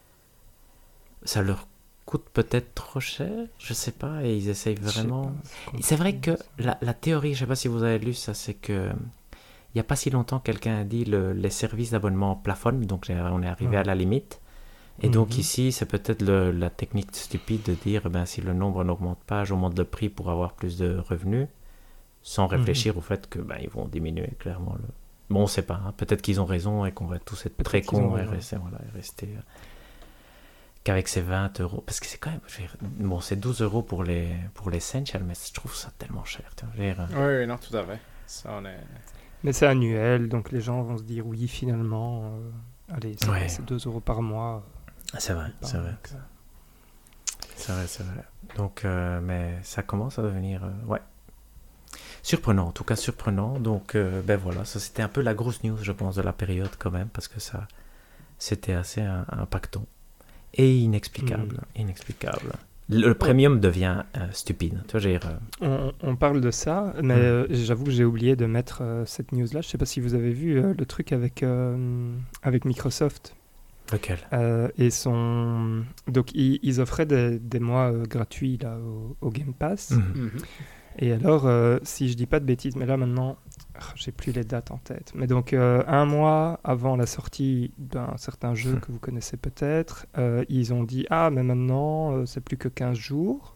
ça leur coûte peut-être trop cher, je ne sais pas, et ils essayent vraiment... C'est vrai que la, la théorie, je ne sais pas si vous avez lu ça, c'est que... Il n'y a pas si longtemps, quelqu'un a dit le, les services d'abonnement plafonnent, donc on est arrivé ouais. à la limite. Et mm-hmm. donc ici, c'est peut-être le, la technique stupide de dire ben, si le nombre n'augmente pas, j'augmente le prix pour avoir plus de revenus, sans réfléchir mm-hmm. au fait que ben, ils vont diminuer clairement. Le... Bon, on ne sait pas, hein. Peut-être qu'ils ont raison et qu'on va tous être peut-être très cons et rester, voilà, et rester euh, qu'avec ces vingt euros. Parce que c'est quand même... Dire, bon, c'est douze euros pour les, pour l'essential, mais je trouve ça tellement cher. Tu vois, dire, euh... Oui, oui, non, tout à fait. Ça, on est... Mais c'est annuel, donc les gens vont se dire oui, finalement, euh, allez, c'est, ouais. c'est deux euros par mois. C'est vrai, c'est vrai. Donc, c'est vrai, c'est vrai. Donc, euh, mais ça commence à devenir, euh, ouais, surprenant, en tout cas surprenant. Donc, euh, ben voilà, ça c'était un peu la grosse news, je pense, de la période quand même, parce que ça, c'était assez euh, impactant et inexplicable, mmh. inexplicable. Le premium devient euh, stupide. Tu vois, j'ai, euh... on, on parle de ça, mais mmh. euh, j'avoue que j'ai oublié de mettre euh, cette news-là. Je ne sais pas si vous avez vu euh, le truc avec, euh, avec Microsoft. Lequel euh, et son... Donc, ils, ils offraient des, des mois euh, gratuits là, au, au Game Pass. Mmh. Mmh. Et alors, euh, si je ne dis pas de bêtises, mais là maintenant, je n'ai plus les dates en tête. Mais donc, euh, un mois avant la sortie d'un certain jeu que vous connaissez peut-être, euh, ils ont dit « Ah, mais maintenant, euh, c'est plus que quinze jours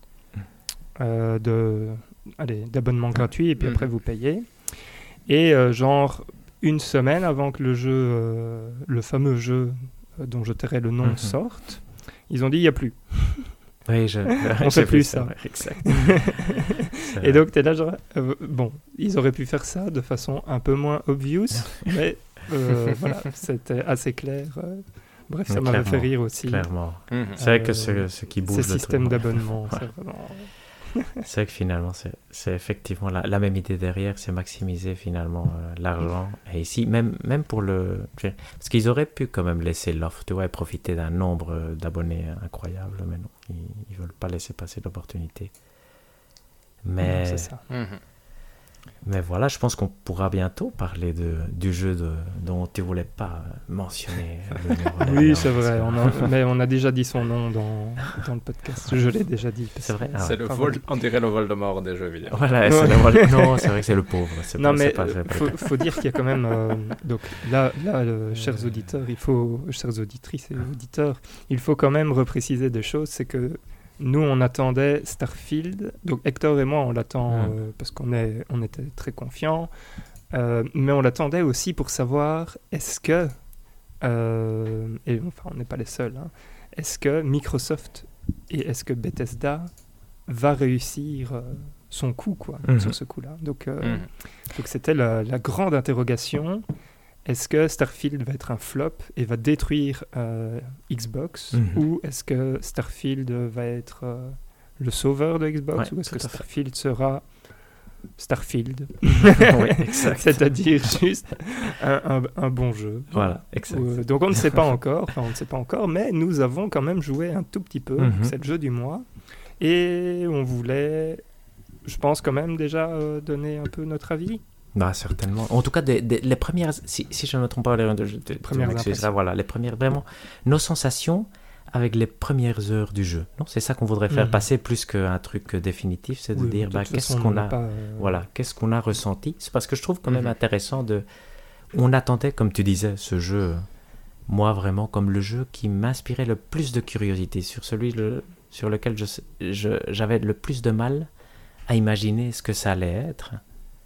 euh, de, allez, d'abonnement gratuit, et puis après, vous payez. » Et euh, genre, une semaine avant que le jeu, euh, le fameux jeu euh, dont je tairai le nom, mm-hmm. sorte, ils ont dit « Il n'y a plus. » Oui, je, on fait plus ça. Ouais, exact. Et donc, t'es là, genre, euh, bon, ils auraient pu faire ça de façon un peu moins obvious, mais euh, voilà, c'était assez clair. Euh, bref, ça m'avait fait rire aussi. Clairement. Mmh. C'est vrai que ce, ce qui bouge. Ce système d'abonnement, ouais. c'est vraiment. C'est vrai que finalement, c'est, c'est effectivement la, la même idée derrière, c'est maximiser finalement euh, l'argent. Et ici, même, même pour le... Parce qu'ils auraient pu quand même laisser l'offre, tu vois, et profiter d'un nombre d'abonnés incroyable, mais non, ils ne veulent pas laisser passer l'opportunité. Mais... Non, c'est ça. Mmh. Mais voilà, je pense qu'on pourra bientôt parler de, du jeu de, dont tu ne voulais pas mentionner le nom. Oui, c'est vrai, on a, mais on a déjà dit son nom dans, dans le podcast. Je l'ai déjà dit. C'est vrai. Ah, c'est ouais. le vol, on dirait le Voldemort des jeux vidéo. Voilà, c'est le vol... Non, c'est vrai que c'est le pauvre. C'est non, pas, mais il faut, faut dire qu'il y a quand même... Euh, donc là, là euh, chers auditeurs, il faut... Chères auditrices et auditeurs, il faut quand même repréciser des choses. C'est que nous, on attendait Starfield. Donc, Hector et moi, on l'attend mmh. euh, parce qu'on est, on était très confiants. Euh, mais on l'attendait aussi pour savoir est-ce que... Euh, et enfin, on n'est pas les seuls. Hein, est-ce que Microsoft et est-ce que Bethesda va réussir euh, son coup, quoi, mmh. sur ce coup-là. Donc, euh, mmh. donc c'était la, la grande interrogation. Est-ce que Starfield va être un flop et va détruire euh, Xbox mmh. ou est-ce que Starfield va être euh, le sauveur de Xbox ouais, ou est-ce que Starfield sera Starfield oui, exact. C'est-à-dire juste un, un, un bon jeu. Voilà, exact. Euh, donc on ne sait pas encore, enfin, on ne sait pas encore, mais nous avons quand même joué un tout petit peu. Mmh. C'est le jeu du mois et on voulait, je pense quand même déjà euh, donner un peu notre avis. Bah, certainement. En tout cas, des, des, les premières, si, si je ne me trompe pas, les, de, de, de, premières de, ça, voilà, les premières, vraiment, nos sensations avec les premières heures du jeu. Non, c'est ça qu'on voudrait faire mmh. passer plus qu'un truc définitif, c'est de oui, dire, de bah, qu'est-ce qu'on a, pas, euh... voilà, qu'est-ce qu'on a ressenti. C'est parce que je trouve quand même mmh. intéressant de, on attendait, comme tu disais, ce jeu, moi vraiment comme le jeu qui m'inspirait le plus de curiosité, sur celui le, sur lequel je, je, j'avais le plus de mal à imaginer ce que ça allait être.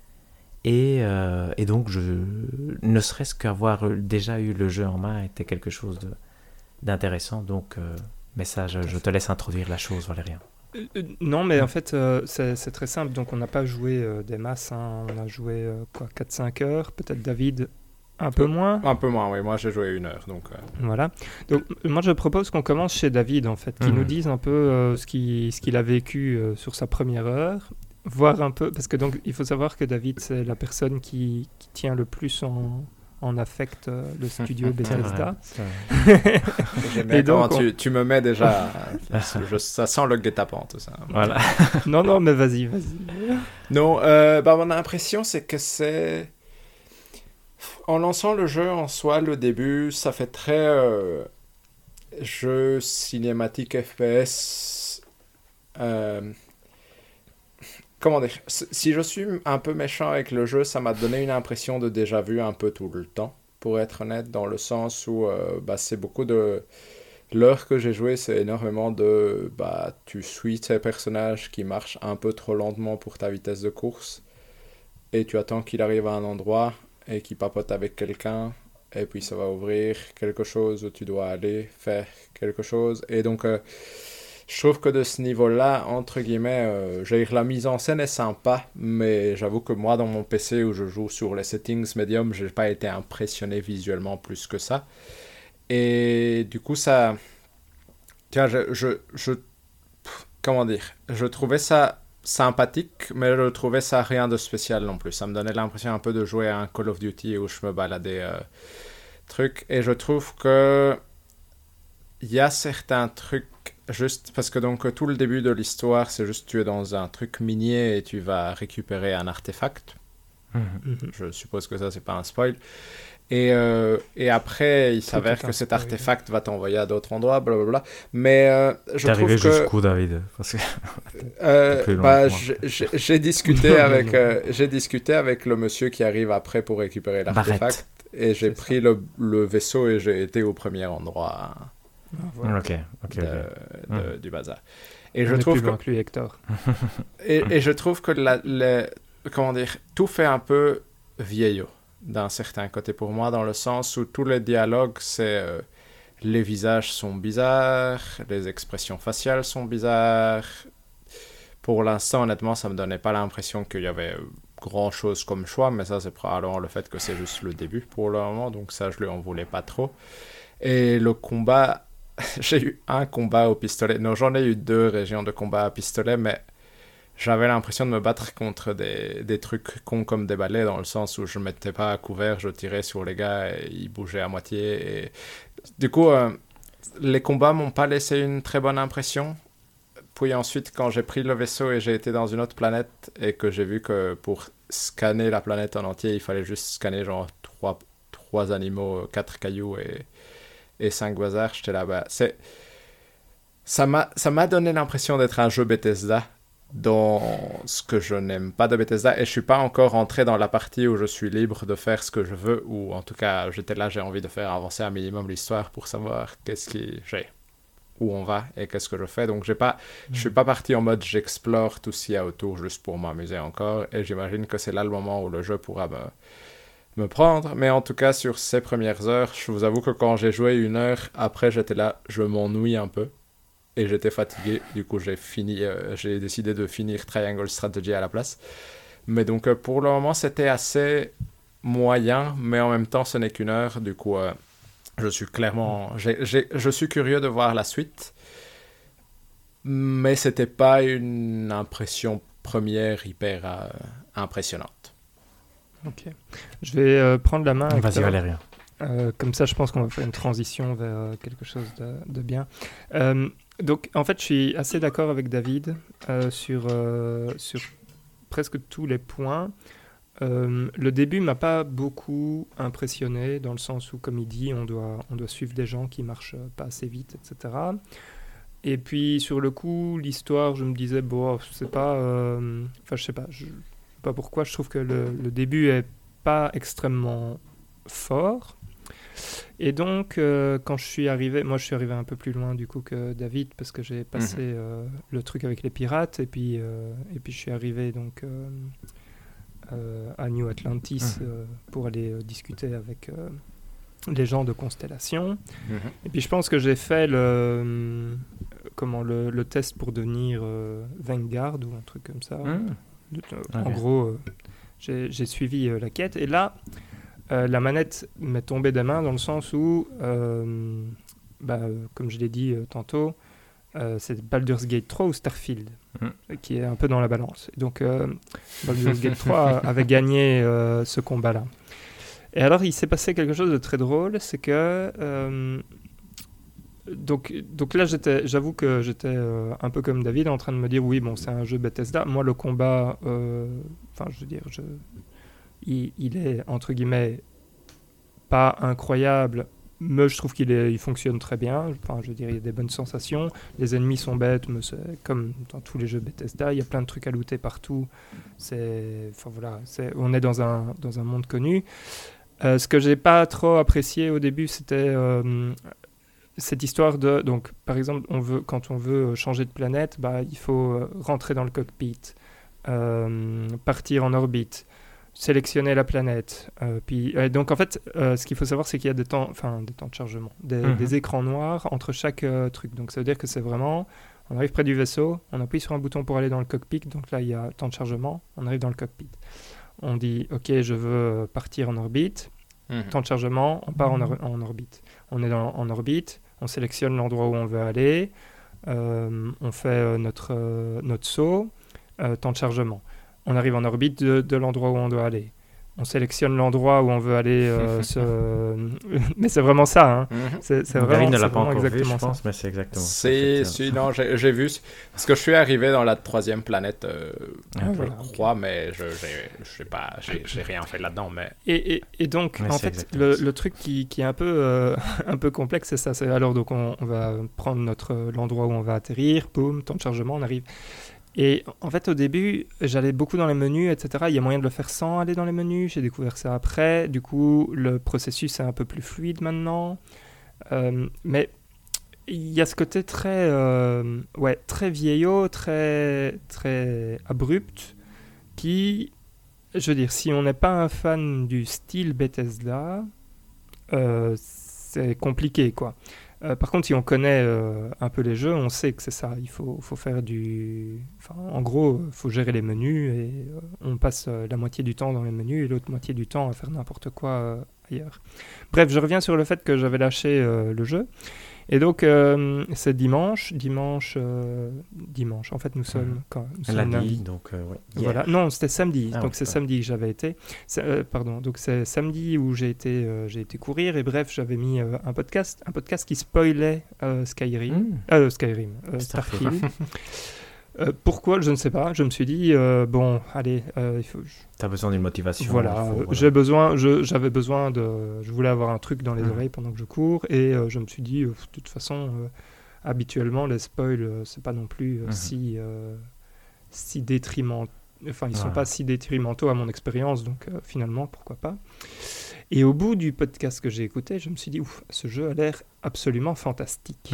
Et, euh, et donc, je, ne serait-ce qu'avoir déjà eu le jeu en main était quelque chose de, d'intéressant. Donc, euh, mais ça, je, je te laisse introduire la chose, Valérien. Euh, non, mais en fait, euh, c'est, c'est très simple. Donc, on n'a pas joué euh, des masses. Hein. On a joué euh, quoi, quatre cinq heures. Peut-être David, un peu moins. Un peu moins, oui. Moi, j'ai joué une heure. Donc, euh... Voilà. Donc, moi, je propose qu'on commence chez David, en fait, qui mmh. nous dise un peu euh, ce, qu'il, ce qu'il a vécu euh, sur sa première heure. voir un peu, parce que donc il faut savoir que David c'est la personne qui, qui tient le plus en, en affect euh, le studio Bethesda. J'aime bien comment on... tu, tu me mets déjà, je, ça sent le guet-apens tout ça. Voilà. non non mais vas-y vas-y. Non, euh, bah mon impression c'est que c'est en lançant le jeu en soi, le début, ça fait très euh, jeu cinématique F P S. Euh, comment dire, si je suis un peu méchant avec le jeu, ça m'a donné une impression de déjà vu un peu tout le temps, pour être honnête, dans le sens où euh, bah, c'est beaucoup de... L'heure que j'ai joué, c'est énormément de... Bah, tu suis ces personnages qui marchent un peu trop lentement pour ta vitesse de course, et tu attends qu'il arrive à un endroit, et qu'il papote avec quelqu'un, et puis ça va ouvrir quelque chose où tu dois aller faire quelque chose, et donc... Euh, je trouve que de ce niveau-là, entre guillemets, euh, j'ai la mise en scène est sympa, mais j'avoue que moi, dans mon P C où je joue sur les settings medium, j'ai pas été impressionné visuellement plus que ça. Et du coup, ça... Tiens, je... je, je... Comment dire? Je trouvais ça sympathique, mais je trouvais ça rien de spécial non plus. Ça me donnait l'impression un peu de jouer à un Call of Duty où je me baladais euh, trucs. Et je trouve que... Il y a certains trucs... Juste parce que donc tout le début de l'histoire, c'est juste tu es dans un truc minier et tu vas récupérer un artefact. Mm-hmm. Je suppose que ça, c'est pas un spoil. Et, euh, et après, il s'avère que cet artefact va t'envoyer à d'autres endroits, blablabla. Mais euh, je T'es trouve arrivé que... jusqu'où, David? Parce que... euh, bah, j'ai, j'ai, discuté avec, euh, j'ai discuté avec le monsieur qui arrive après pour récupérer l'artefact. Barrett. Et j'ai c'est pris le, le vaisseau et j'ai été au premier endroit... Voilà. Ok, ok, de, okay. De, mmh. du bazar. Et On je trouve plus que que lui, Hector. et, et je trouve que la, la, comment dire, tout fait un peu vieillot d'un certain côté pour moi, dans le sens où tous les dialogues, c'est euh, les visages sont bizarres, les expressions faciales sont bizarres. Pour l'instant, honnêtement, ça me donnait pas l'impression qu'il y avait grand chose comme choix, mais ça c'est probablement le fait que c'est juste le début pour le moment, donc ça je lui en voulais pas trop. Et le combat, j'ai eu un combat au pistolet. Non, j'en ai eu deux régions de combat à pistolet, mais j'avais l'impression de me battre contre des, des trucs cons comme des balais, dans le sens où je ne mettais pas à couvert, je tirais sur les gars et ils bougeaient à moitié. Et... Du coup, euh, les combats m'ont pas laissé une très bonne impression. Puis ensuite, quand j'ai pris le vaisseau et j'ai été dans une autre planète et que j'ai vu que pour scanner la planète en entier, il fallait juste scanner genre trois, trois animaux, quatre cailloux et... et cinq bazars, j'étais là-bas. C'est... Ça m'a... ça m'a donné l'impression d'être un jeu Bethesda, dans ce que je n'aime pas de Bethesda, et je suis pas encore entré dans la partie où je suis libre de faire ce que je veux, ou en tout cas, j'étais là, j'ai envie de faire avancer un minimum l'histoire pour savoir qu'est-ce qui... j'ai... où on va et qu'est-ce que je fais. Donc, j'ai pas... mmh. je suis pas parti en mode j'explore tout ce qu'il y a autour juste pour m'amuser encore, et j'imagine que c'est là le moment où le jeu pourra me... me prendre, mais en tout cas sur ces premières heures, je vous avoue que quand j'ai joué une heure, après j'étais là, je m'ennuie un peu et j'étais fatigué, du coup j'ai fini, euh, j'ai décidé de finir Triangle Strategy à la place. Mais donc euh, pour le moment c'était assez moyen, mais en même temps ce n'est qu'une heure, du coup euh, je suis clairement, j'ai, j'ai, je suis curieux de voir la suite, mais c'était pas une impression première hyper euh, impressionnante. Ok. Je vais euh, prendre la main. Vas-y, Valérien. Euh, comme ça, je pense qu'on va faire une transition vers euh, quelque chose de, de bien. Euh, donc, en fait, je suis assez d'accord avec David euh, sur, euh, sur presque tous les points. Euh, le début m'a pas beaucoup impressionné, dans le sens où, comme il dit, on doit, on doit suivre des gens qui marchent pas assez vite, et cetera. Et puis, sur le coup, l'histoire, je me disais, bon, c'est pas... Enfin, euh, je sais pas... Je, pas pourquoi, je trouve que le, le début est pas extrêmement fort. Et donc, euh, quand je suis arrivé, moi je suis arrivé un peu plus loin du coup que David, parce que j'ai passé mmh. euh, le truc avec les pirates, et puis, euh, et puis je suis arrivé donc euh, euh, à New Atlantis mmh. euh, pour aller euh, discuter avec euh, les gens de Constellation. Mmh. Et puis je pense que j'ai fait le, comment, le, le test pour devenir euh, Vanguard ou un truc comme ça. Mmh. En okay. gros, euh, j'ai, j'ai suivi euh, la quête, et là, euh, la manette m'est tombée des mains dans le sens où, euh, bah, euh, comme je l'ai dit euh, tantôt, euh, c'est Baldur's Gate trois ou Starfield. mm. qui est un peu dans la balance. Et donc, euh, Baldur's Gate trois avait gagné euh, ce combat-là. Et alors, il s'est passé quelque chose de très drôle, c'est que... Euh, donc, donc là, j'étais, j'avoue que j'étais euh, un peu comme David, en train de me dire, oui, bon, c'est un jeu Bethesda. Moi, le combat, enfin, euh, je veux dire, je, il, il est, entre guillemets, pas incroyable, mais je trouve qu'il est, il fonctionne très bien. Enfin, je veux dire, il y a des bonnes sensations. Les ennemis sont bêtes, mais c'est comme dans tous les jeux Bethesda, il y a plein de trucs à looter partout. C'est, enfin, voilà, c'est, on est dans un, dans un monde connu. Euh, ce que j'ai pas trop apprécié au début, c'était... Euh, cette histoire de, donc par exemple, on veut, quand on veut changer de planète, bah, il faut rentrer dans le cockpit, euh, partir en orbite, sélectionner la planète. Euh, puis, euh, donc en fait, euh, ce qu'il faut savoir, c'est qu'il y a des temps, enfin des temps de chargement, des, mm-hmm. des écrans noirs entre chaque euh, truc. Donc ça veut dire que c'est vraiment, on arrive près du vaisseau, on appuie sur un bouton pour aller dans le cockpit, donc là il y a temps de chargement, on arrive dans le cockpit. On dit, ok, je veux partir en orbite, mm-hmm. temps de chargement, on part mm-hmm. en, or- en orbite. On est dans, en orbite. On sélectionne l'endroit où on veut aller, euh, on fait euh, notre, euh, notre saut, euh, temps de chargement. On arrive en orbite de, de l'endroit où on doit aller. On sélectionne l'endroit où on veut aller. Euh, se... mais c'est vraiment ça. Hein. Mm-hmm. C'est, c'est vraiment, David ne c'est l'a pas encore vu, je ça. pense, mais c'est exactement c'est, ça. Si, non, j'ai, j'ai vu. Parce que je suis arrivé dans la troisième planète, euh, ah, je voilà, crois, okay. mais je j'ai, je sais pas, j'ai, j'ai rien fait là-dedans. Mais... Et, et, et donc, mais en fait, le, le truc qui, qui est un peu, euh, un peu complexe, c'est ça. C'est, alors, donc, on, on va prendre notre, l'endroit où on va atterrir, boum, temps de chargement, on arrive. Et en fait, au début, j'allais beaucoup dans les menus, et cetera. Il y a moyen de le faire sans aller dans les menus. J'ai découvert ça après. Du coup, le processus est un peu plus fluide maintenant. Euh, mais il y a ce côté très, euh, ouais, très vieillot, très, très abrupt, qui, je veux dire, si on n'est pas un fan du style Bethesda, euh, c'est compliqué, quoi. Euh, par contre, si on connaît euh, un peu les jeux, on sait que c'est ça. Il faut, faut faire du... Enfin, en gros, il faut gérer les menus et euh, on passe euh, la moitié du temps dans les menus et l'autre moitié du temps à faire n'importe quoi euh, ailleurs. Bref, je reviens sur le fait que j'avais lâché euh, le jeu. Et donc, euh, c'est dimanche. Dimanche, euh, dimanche. En fait, nous sommes... Mmh. Quand nous sommes lundi. Donc, euh, ouais. Voilà. Non, c'était samedi. Ah, donc, ouais, c'est ouais. samedi que j'avais été. C'est, euh, pardon. Donc, c'est samedi où j'ai été, euh, j'ai été courir. Et bref, j'avais mis euh, un podcast. Un podcast qui spoilait euh, Skyrim. Mmh. Euh, Skyrim. Euh, Starfield. euh, pourquoi, je ne sais pas. Je me suis dit, euh, bon, allez, euh, il faut... Tu as besoin d'une motivation. Voilà, faut, voilà. J'ai besoin, je, j'avais besoin de... Je voulais avoir un truc dans les mmh. oreilles pendant que je cours. Et euh, je me suis dit, euh, de toute façon, euh, habituellement, les spoils, euh, c'est pas non plus euh, mmh. si, euh, si détrimentaux. Enfin, ils ne sont ah. pas si détrimentaux à mon expérience. Donc, euh, finalement, pourquoi pas. Et au bout du podcast que j'ai écouté, je me suis dit, ouf, ce jeu a l'air absolument fantastique.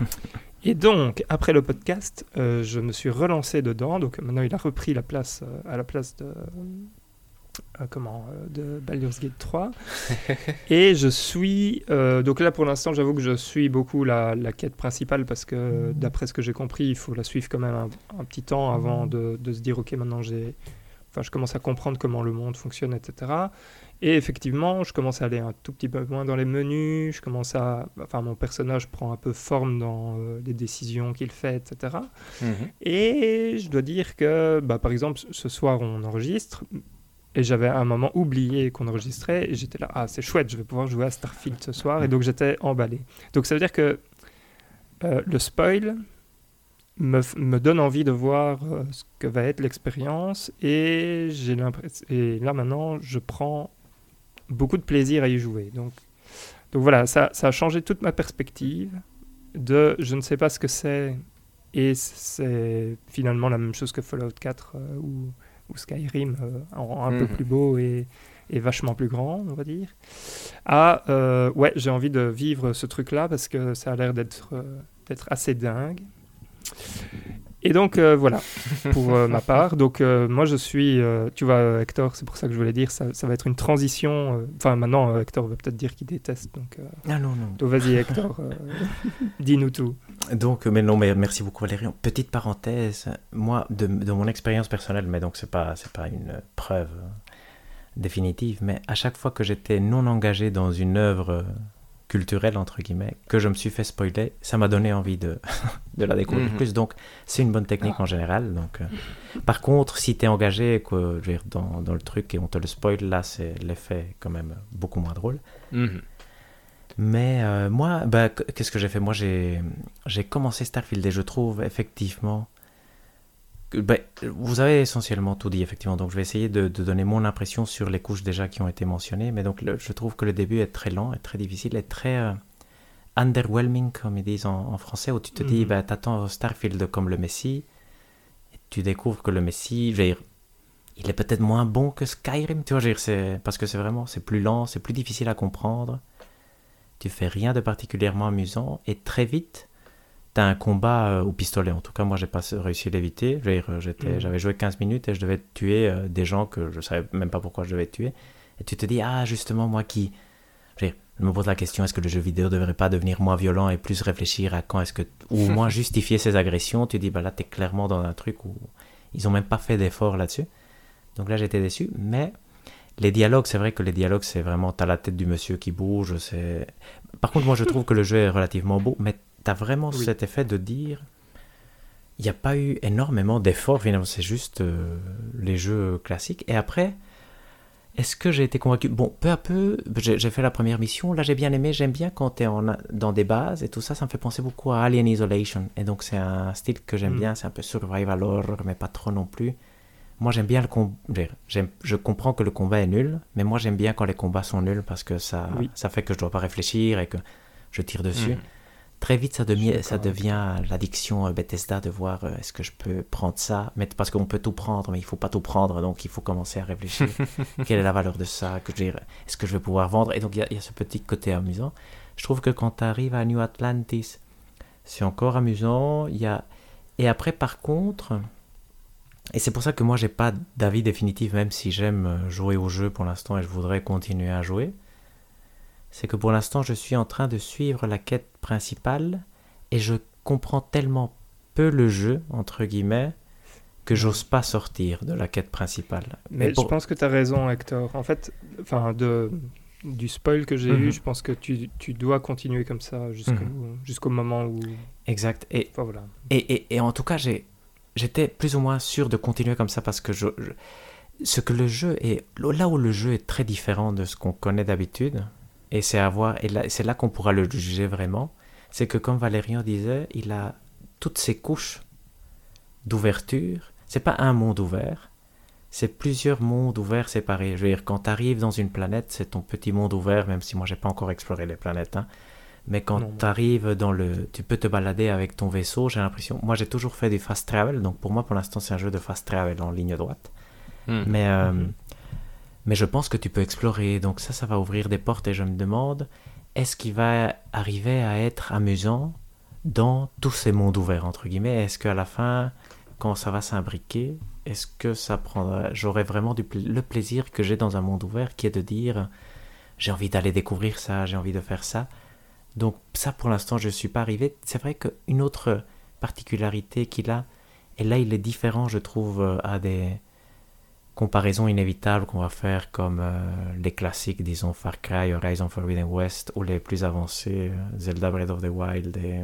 Et donc, après le podcast, euh, je me suis relancé dedans. Donc maintenant, il a repris la place euh, à la place de euh, comment euh, de Baldur's Gate trois. Et je suis euh, donc là pour l'instant, j'avoue que je suis beaucoup la, la quête principale parce que d'après ce que j'ai compris, il faut la suivre quand même un, un petit temps avant de, de se dire ok, maintenant j'ai, enfin, je commence à comprendre comment le monde fonctionne, et cetera. Et effectivement, je commence à aller un tout petit peu moins dans les menus, je commence à... Enfin, mon personnage prend un peu forme dans euh, les décisions qu'il fait, et cetera. Mm-hmm. Et je dois dire que, bah, par exemple, ce soir, on enregistre, et j'avais à un moment oublié qu'on enregistrait, et j'étais là, ah, c'est chouette, je vais pouvoir jouer à Starfield ce soir, et donc j'étais emballé. Donc ça veut dire que euh, le spoil me, me donne envie de voir euh, ce que va être l'expérience, et, j'ai l'impression, et là, maintenant, je prends... beaucoup de plaisir à y jouer. Donc, donc voilà, ça, ça a changé toute ma perspective de je ne sais pas ce que c'est et c'est finalement la même chose que Fallout quatre euh, ou, ou Skyrim euh, en un mmh. peu plus beau et, et vachement plus grand, on va dire. À euh, ouais, j'ai envie de vivre ce truc-là parce que ça a l'air d'être, euh, d'être assez dingue. Et donc, euh, voilà, pour euh, ma part. Donc, euh, moi, je suis... Euh, tu vois, Hector, c'est pour ça que je voulais dire, ça, ça va être une transition. Enfin, euh, maintenant, euh, Hector va peut-être dire qu'il déteste. Donc, euh, ah non, non. Donc, vas-y, Hector, euh, dis-nous tout. Donc, mais non, mais merci beaucoup, Valérian. Petite parenthèse, moi, de, de mon expérience personnelle, mais donc, c'est pas, c'est pas une preuve définitive, mais à chaque fois que j'étais non engagé dans une œuvre culturelle, entre guillemets, que je me suis fait spoiler, ça m'a donné envie de, de la découvrir mm-hmm. plus. Donc, c'est une bonne technique ah. en général. Donc, euh, par contre, si tu es engagé quoi, je veux dire, dans, dans le truc et on te le spoil, là, c'est l'effet quand même beaucoup moins drôle. Mm-hmm. Mais euh, moi, bah, qu'est-ce que j'ai fait? Moi, j'ai, j'ai commencé Starfield et je trouve effectivement... Que, bah, vous avez essentiellement tout dit, effectivement. Donc, je vais essayer de, de donner mon impression sur les couches déjà qui ont été mentionnées. Mais donc, le, je trouve que le début est très lent, est très difficile, est très euh, underwhelming, comme ils disent en, en français, où tu te mm-hmm. dis, bah, t'attends Starfield comme le Messie, et tu découvres que le Messie, je veux dire, il est peut-être moins bon que Skyrim, tu vois, je veux dire, c'est, parce que c'est vraiment, c'est plus lent, c'est plus difficile à comprendre. Tu fais rien de particulièrement amusant, et très vite, t'as un combat euh, au pistolet. En tout cas, moi, j'ai pas réussi à l'éviter. Je veux dire, j'étais, mmh. j'avais joué quinze minutes et je devais tuer euh, des gens que je savais même pas pourquoi je devais tuer. Et tu te dis, ah, justement, moi qui... Je, veux dire, je me pose la question, est-ce que le jeu vidéo devrait pas devenir moins violent et plus réfléchir à quand est-ce que... Ou moins justifier ses agressions. Tu dis, bah là, t'es clairement dans un truc où ils ont même pas fait d'effort là-dessus. Donc là, j'étais déçu. Mais les dialogues, c'est vrai que les dialogues, c'est vraiment... T'as la tête du monsieur qui bouge. C'est... Par contre, moi, je trouve que le jeu est relativement beau, mais t'as vraiment oui. cet effet de dire il n'y a pas eu énormément d'efforts, finalement, c'est juste euh, les jeux classiques. Et après, est-ce que j'ai été convaincu? Bon, peu à peu, j'ai, j'ai fait la première mission, là j'ai bien aimé, j'aime bien quand t'es en, dans des bases et tout ça, ça me fait penser beaucoup à Alien Isolation. Et donc c'est un style que j'aime mm. bien, c'est un peu survival horror, mais pas trop non plus. Moi j'aime bien le combat, je comprends que le combat est nul, mais moi j'aime bien quand les combats sont nuls parce que ça, oui. ça fait que je ne dois pas réfléchir et que je tire dessus. Mm. Très vite, ça devient, ça devient l'addiction Bethesda de voir euh, est-ce que je peux prendre ça, mais parce qu'on peut tout prendre, mais il ne faut pas tout prendre, donc il faut commencer à réfléchir. Quelle est la valeur de ça que je, est-ce que je vais pouvoir vendre? Et donc, il y, y a ce petit côté amusant. Je trouve que quand tu arrives à New Atlantis, c'est encore amusant. Y a... Et après, par contre, et c'est pour ça que moi, je n'ai pas d'avis définitif, même si j'aime jouer au jeu pour l'instant et je voudrais continuer à jouer. C'est que pour l'instant, je suis en train de suivre la quête principale et je comprends tellement peu le jeu, entre guillemets, que j'ose pas sortir de la quête principale. Mais, Mais pour... je pense que tu as raison, Hector. En fait, enfin, de, du spoil que j'ai mm-hmm. eu, je pense que tu, tu dois continuer comme ça jusqu'au, mm-hmm. jusqu'au moment où... Exact. Et, enfin, voilà. et, et, et en tout cas, j'ai, j'étais plus ou moins sûr de continuer comme ça parce que je, je, ce que le jeu est... Là où le jeu est très différent de ce qu'on connaît d'habitude... Et c'est, à voir, et là, c'est là qu'on pourra le juger vraiment, c'est que comme Valérian disait, il a toutes ces couches d'ouverture. C'est pas un monde ouvert, c'est plusieurs mondes ouverts séparés. Je veux dire, quand tu arrives dans une planète, c'est ton petit monde ouvert, même si moi j'ai pas encore exploré les planètes. Hein. Mais quand tu arrives dans le... Tu peux te balader avec ton vaisseau, j'ai l'impression... Moi j'ai toujours fait du fast travel, donc pour moi pour l'instant c'est un jeu de fast travel en ligne droite. Mmh. Mais... Euh, mmh. Mais je pense que tu peux explorer, donc ça, ça va ouvrir des portes et je me demande, est-ce qu'il va arriver à être amusant dans tous ces mondes ouverts, entre guillemets? Est-ce qu'à la fin, quand ça va s'imbriquer, est-ce que ça prendra... J'aurai vraiment du pla... le plaisir que j'ai dans un monde ouvert qui est de dire, j'ai envie d'aller découvrir ça, j'ai envie de faire ça. Donc ça, pour l'instant, je ne suis pas arrivé. C'est vrai qu'une autre particularité qu'il a, et là, il est différent, je trouve, à des... comparaison inévitable qu'on va faire comme euh, les classiques, disons Far Cry, Horizon Forbidden West ou les plus avancés, euh, Zelda Breath of the Wild et,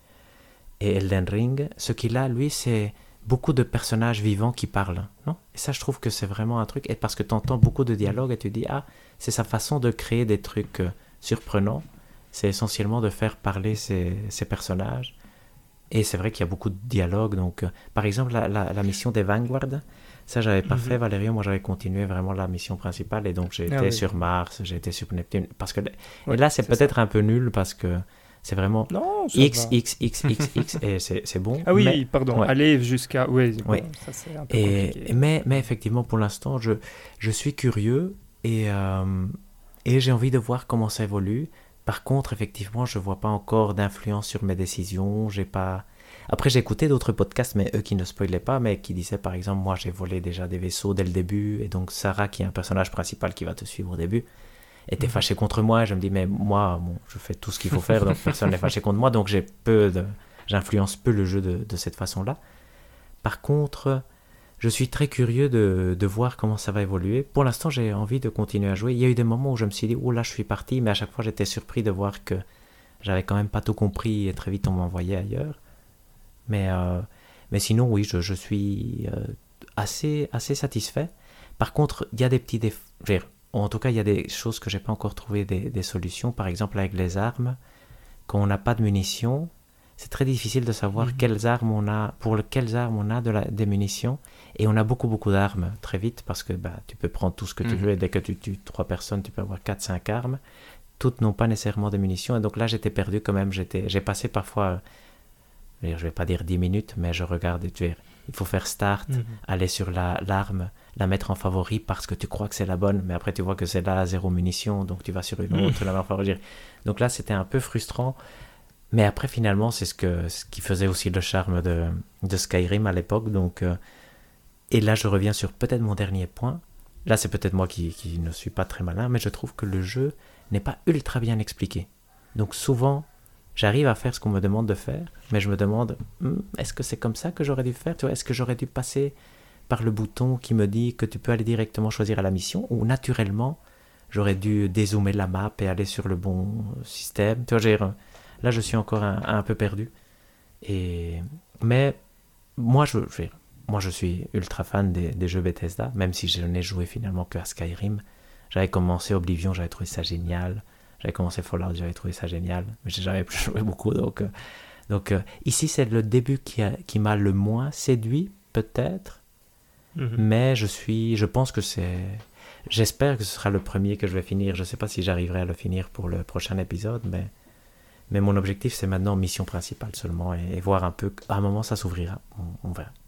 et Elden Ring. Ce qu'il a, lui, c'est beaucoup de personnages vivants qui parlent, non? Et ça, je trouve que c'est vraiment un truc, et parce que tu entends beaucoup de dialogues et tu dis, ah, c'est sa façon de créer des trucs euh, surprenants, c'est essentiellement de faire parler ces, ces personnages. Et c'est vrai qu'il y a beaucoup de dialogues, donc euh, par exemple la, la, la mission des Vanguard, ça j'avais pas mm-hmm. fait, Valérian, moi j'avais continué vraiment la mission principale et donc j'ai ah été oui. sur Mars, j'ai été sur Neptune, parce que ouais, et là c'est, c'est peut-être ça. Un peu nul parce que c'est vraiment non, X, X, X, X, X et c'est, c'est bon. Ah oui, mais, pardon, ouais. aller jusqu'à... Oui, ouais. bon, ça c'est un peu et, compliqué. Mais, mais effectivement pour l'instant je, je suis curieux et, euh, et j'ai envie de voir comment ça évolue. Par contre, effectivement, je vois pas encore d'influence sur mes décisions, j'ai pas... Après, j'ai écouté d'autres podcasts, mais eux qui ne spoilaient pas, mais qui disaient, par exemple, moi, j'ai volé déjà des vaisseaux dès le début, et donc Sarah, qui est un personnage principal qui va te suivre au début, était mmh. fâchée contre moi, et je me dis, mais moi, bon, je fais tout ce qu'il faut faire, donc personne n'est fâché contre moi, donc j'ai peu de... j'influence peu le jeu de, de cette façon-là. Par contre, je suis très curieux de, de voir comment ça va évoluer. Pour l'instant, j'ai envie de continuer à jouer. Il y a eu des moments où je me suis dit, oh là, je suis parti, mais à chaque fois, j'étais surpris de voir que j'avais quand même pas tout compris et très vite, on m'envoyait ailleurs. Mais, euh, mais sinon, oui, je, je suis euh, assez, assez satisfait. Par contre, il y a des petits défauts. En tout cas, il y a des choses que j'ai pas encore trouvé des, des solutions. Par exemple, avec les armes, quand on n'a pas de munitions, c'est très difficile de savoir mmh. quelles armes on a, pour quelles armes on a de la, des munitions. Et on a beaucoup, beaucoup d'armes très vite parce que bah, tu peux prendre tout ce que tu mmh. veux. Et dès que tu tues trois personnes, tu peux avoir quatre cinq armes. Toutes n'ont pas nécessairement de munitions. Et donc là, j'étais perdu quand même. J'étais, j'ai passé parfois, je ne vais pas dire dix minutes, mais je regarde. Tu vois, il faut faire start, mmh. aller sur la, l'arme, la mettre en favori parce que tu crois que c'est la bonne. Mais après, tu vois que c'est là, zéro munitions. Donc tu vas sur une autre, mmh. la mettre en favori. Donc là, c'était un peu frustrant. Mais après, finalement, c'est ce, que, ce qui faisait aussi le charme de, de Skyrim à l'époque. Donc, euh, et là, je reviens sur peut-être mon dernier point. Là, c'est peut-être moi qui, qui ne suis pas très malin, mais je trouve que le jeu n'est pas ultra bien expliqué. Donc souvent, j'arrive à faire ce qu'on me demande de faire, mais je me demande, hm, est-ce que c'est comme ça que j'aurais dû faire ? Tu vois, est-ce que j'aurais dû passer par le bouton qui me dit que tu peux aller directement choisir à la mission, ou naturellement, j'aurais dû dézoomer la map et aller sur le bon système. Tu vois, j'ai... Là, je suis encore un, un peu perdu. Et... Mais moi je, je, moi, je suis ultra fan des, des jeux Bethesda, même si je n'ai joué finalement que à Skyrim. J'avais commencé Oblivion, j'avais trouvé ça génial. J'avais commencé Fallout, j'avais trouvé ça génial. Mais j'ai jamais joué beaucoup. Donc, euh, donc euh, ici, c'est le début qui, a, qui m'a le moins séduit, peut-être. Mm-hmm. Mais je, suis, je pense que c'est... J'espère que ce sera le premier que je vais finir. Je ne sais pas si j'arriverai à le finir pour le prochain épisode, mais... Mais mon objectif, c'est maintenant mission principale seulement et, et voir un peu, à un moment, ça s'ouvrira. On, on verra.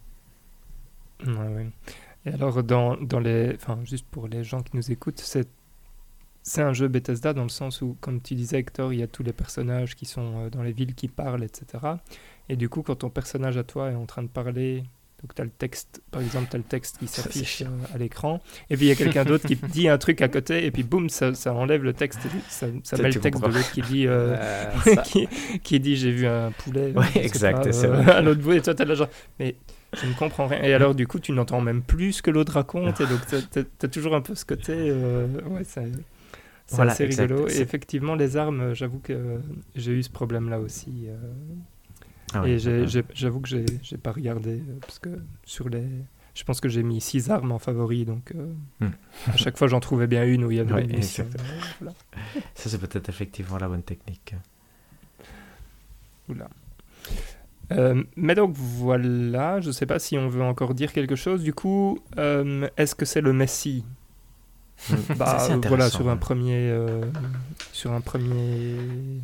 Ouais, ouais. Et alors, dans, dans les, enfin, juste pour les gens qui nous écoutent, c'est, c'est un jeu Bethesda dans le sens où, comme tu disais, Hector, il y a tous les personnages qui sont dans les villes qui parlent, et cetera. Et du coup, quand ton personnage à toi est en train de parler... Donc, tu as le texte, par exemple, tu as le texte qui s'affiche à l'écran, et puis il y a quelqu'un d'autre qui dit un truc à côté, et puis boum, ça, ça enlève le texte, ça, ça met le texte comprends. de l'autre qui dit, euh, euh, qui, qui dit j'ai vu un poulet. Oui, exact, pas, c'est euh, vrai. À l'autre bout, et toi, tu as là genre, mais je ne comprends rien. Et alors, du coup, tu n'entends même plus ce que l'autre raconte, et donc tu as toujours un peu ce côté. Euh, ouais, c'est, c'est voilà, assez exact. rigolo. C'est... Et effectivement, les armes, j'avoue que euh, j'ai eu ce problème-là aussi. Euh, Ah oui, et j'ai, j'ai, j'avoue que j'ai, j'ai pas regardé euh, parce que sur les, je pense que j'ai mis six armes en favori, donc euh, mm. à chaque fois j'en trouvais bien une où il y avait ouais, une mission. Voilà. Ça c'est peut-être effectivement la bonne technique. Oula. Euh, mais donc voilà, je sais pas si on veut encore dire quelque chose. Du coup, euh, est-ce que c'est le Messie ? mm. Bah euh, voilà, sur un premier, euh, sur un premier.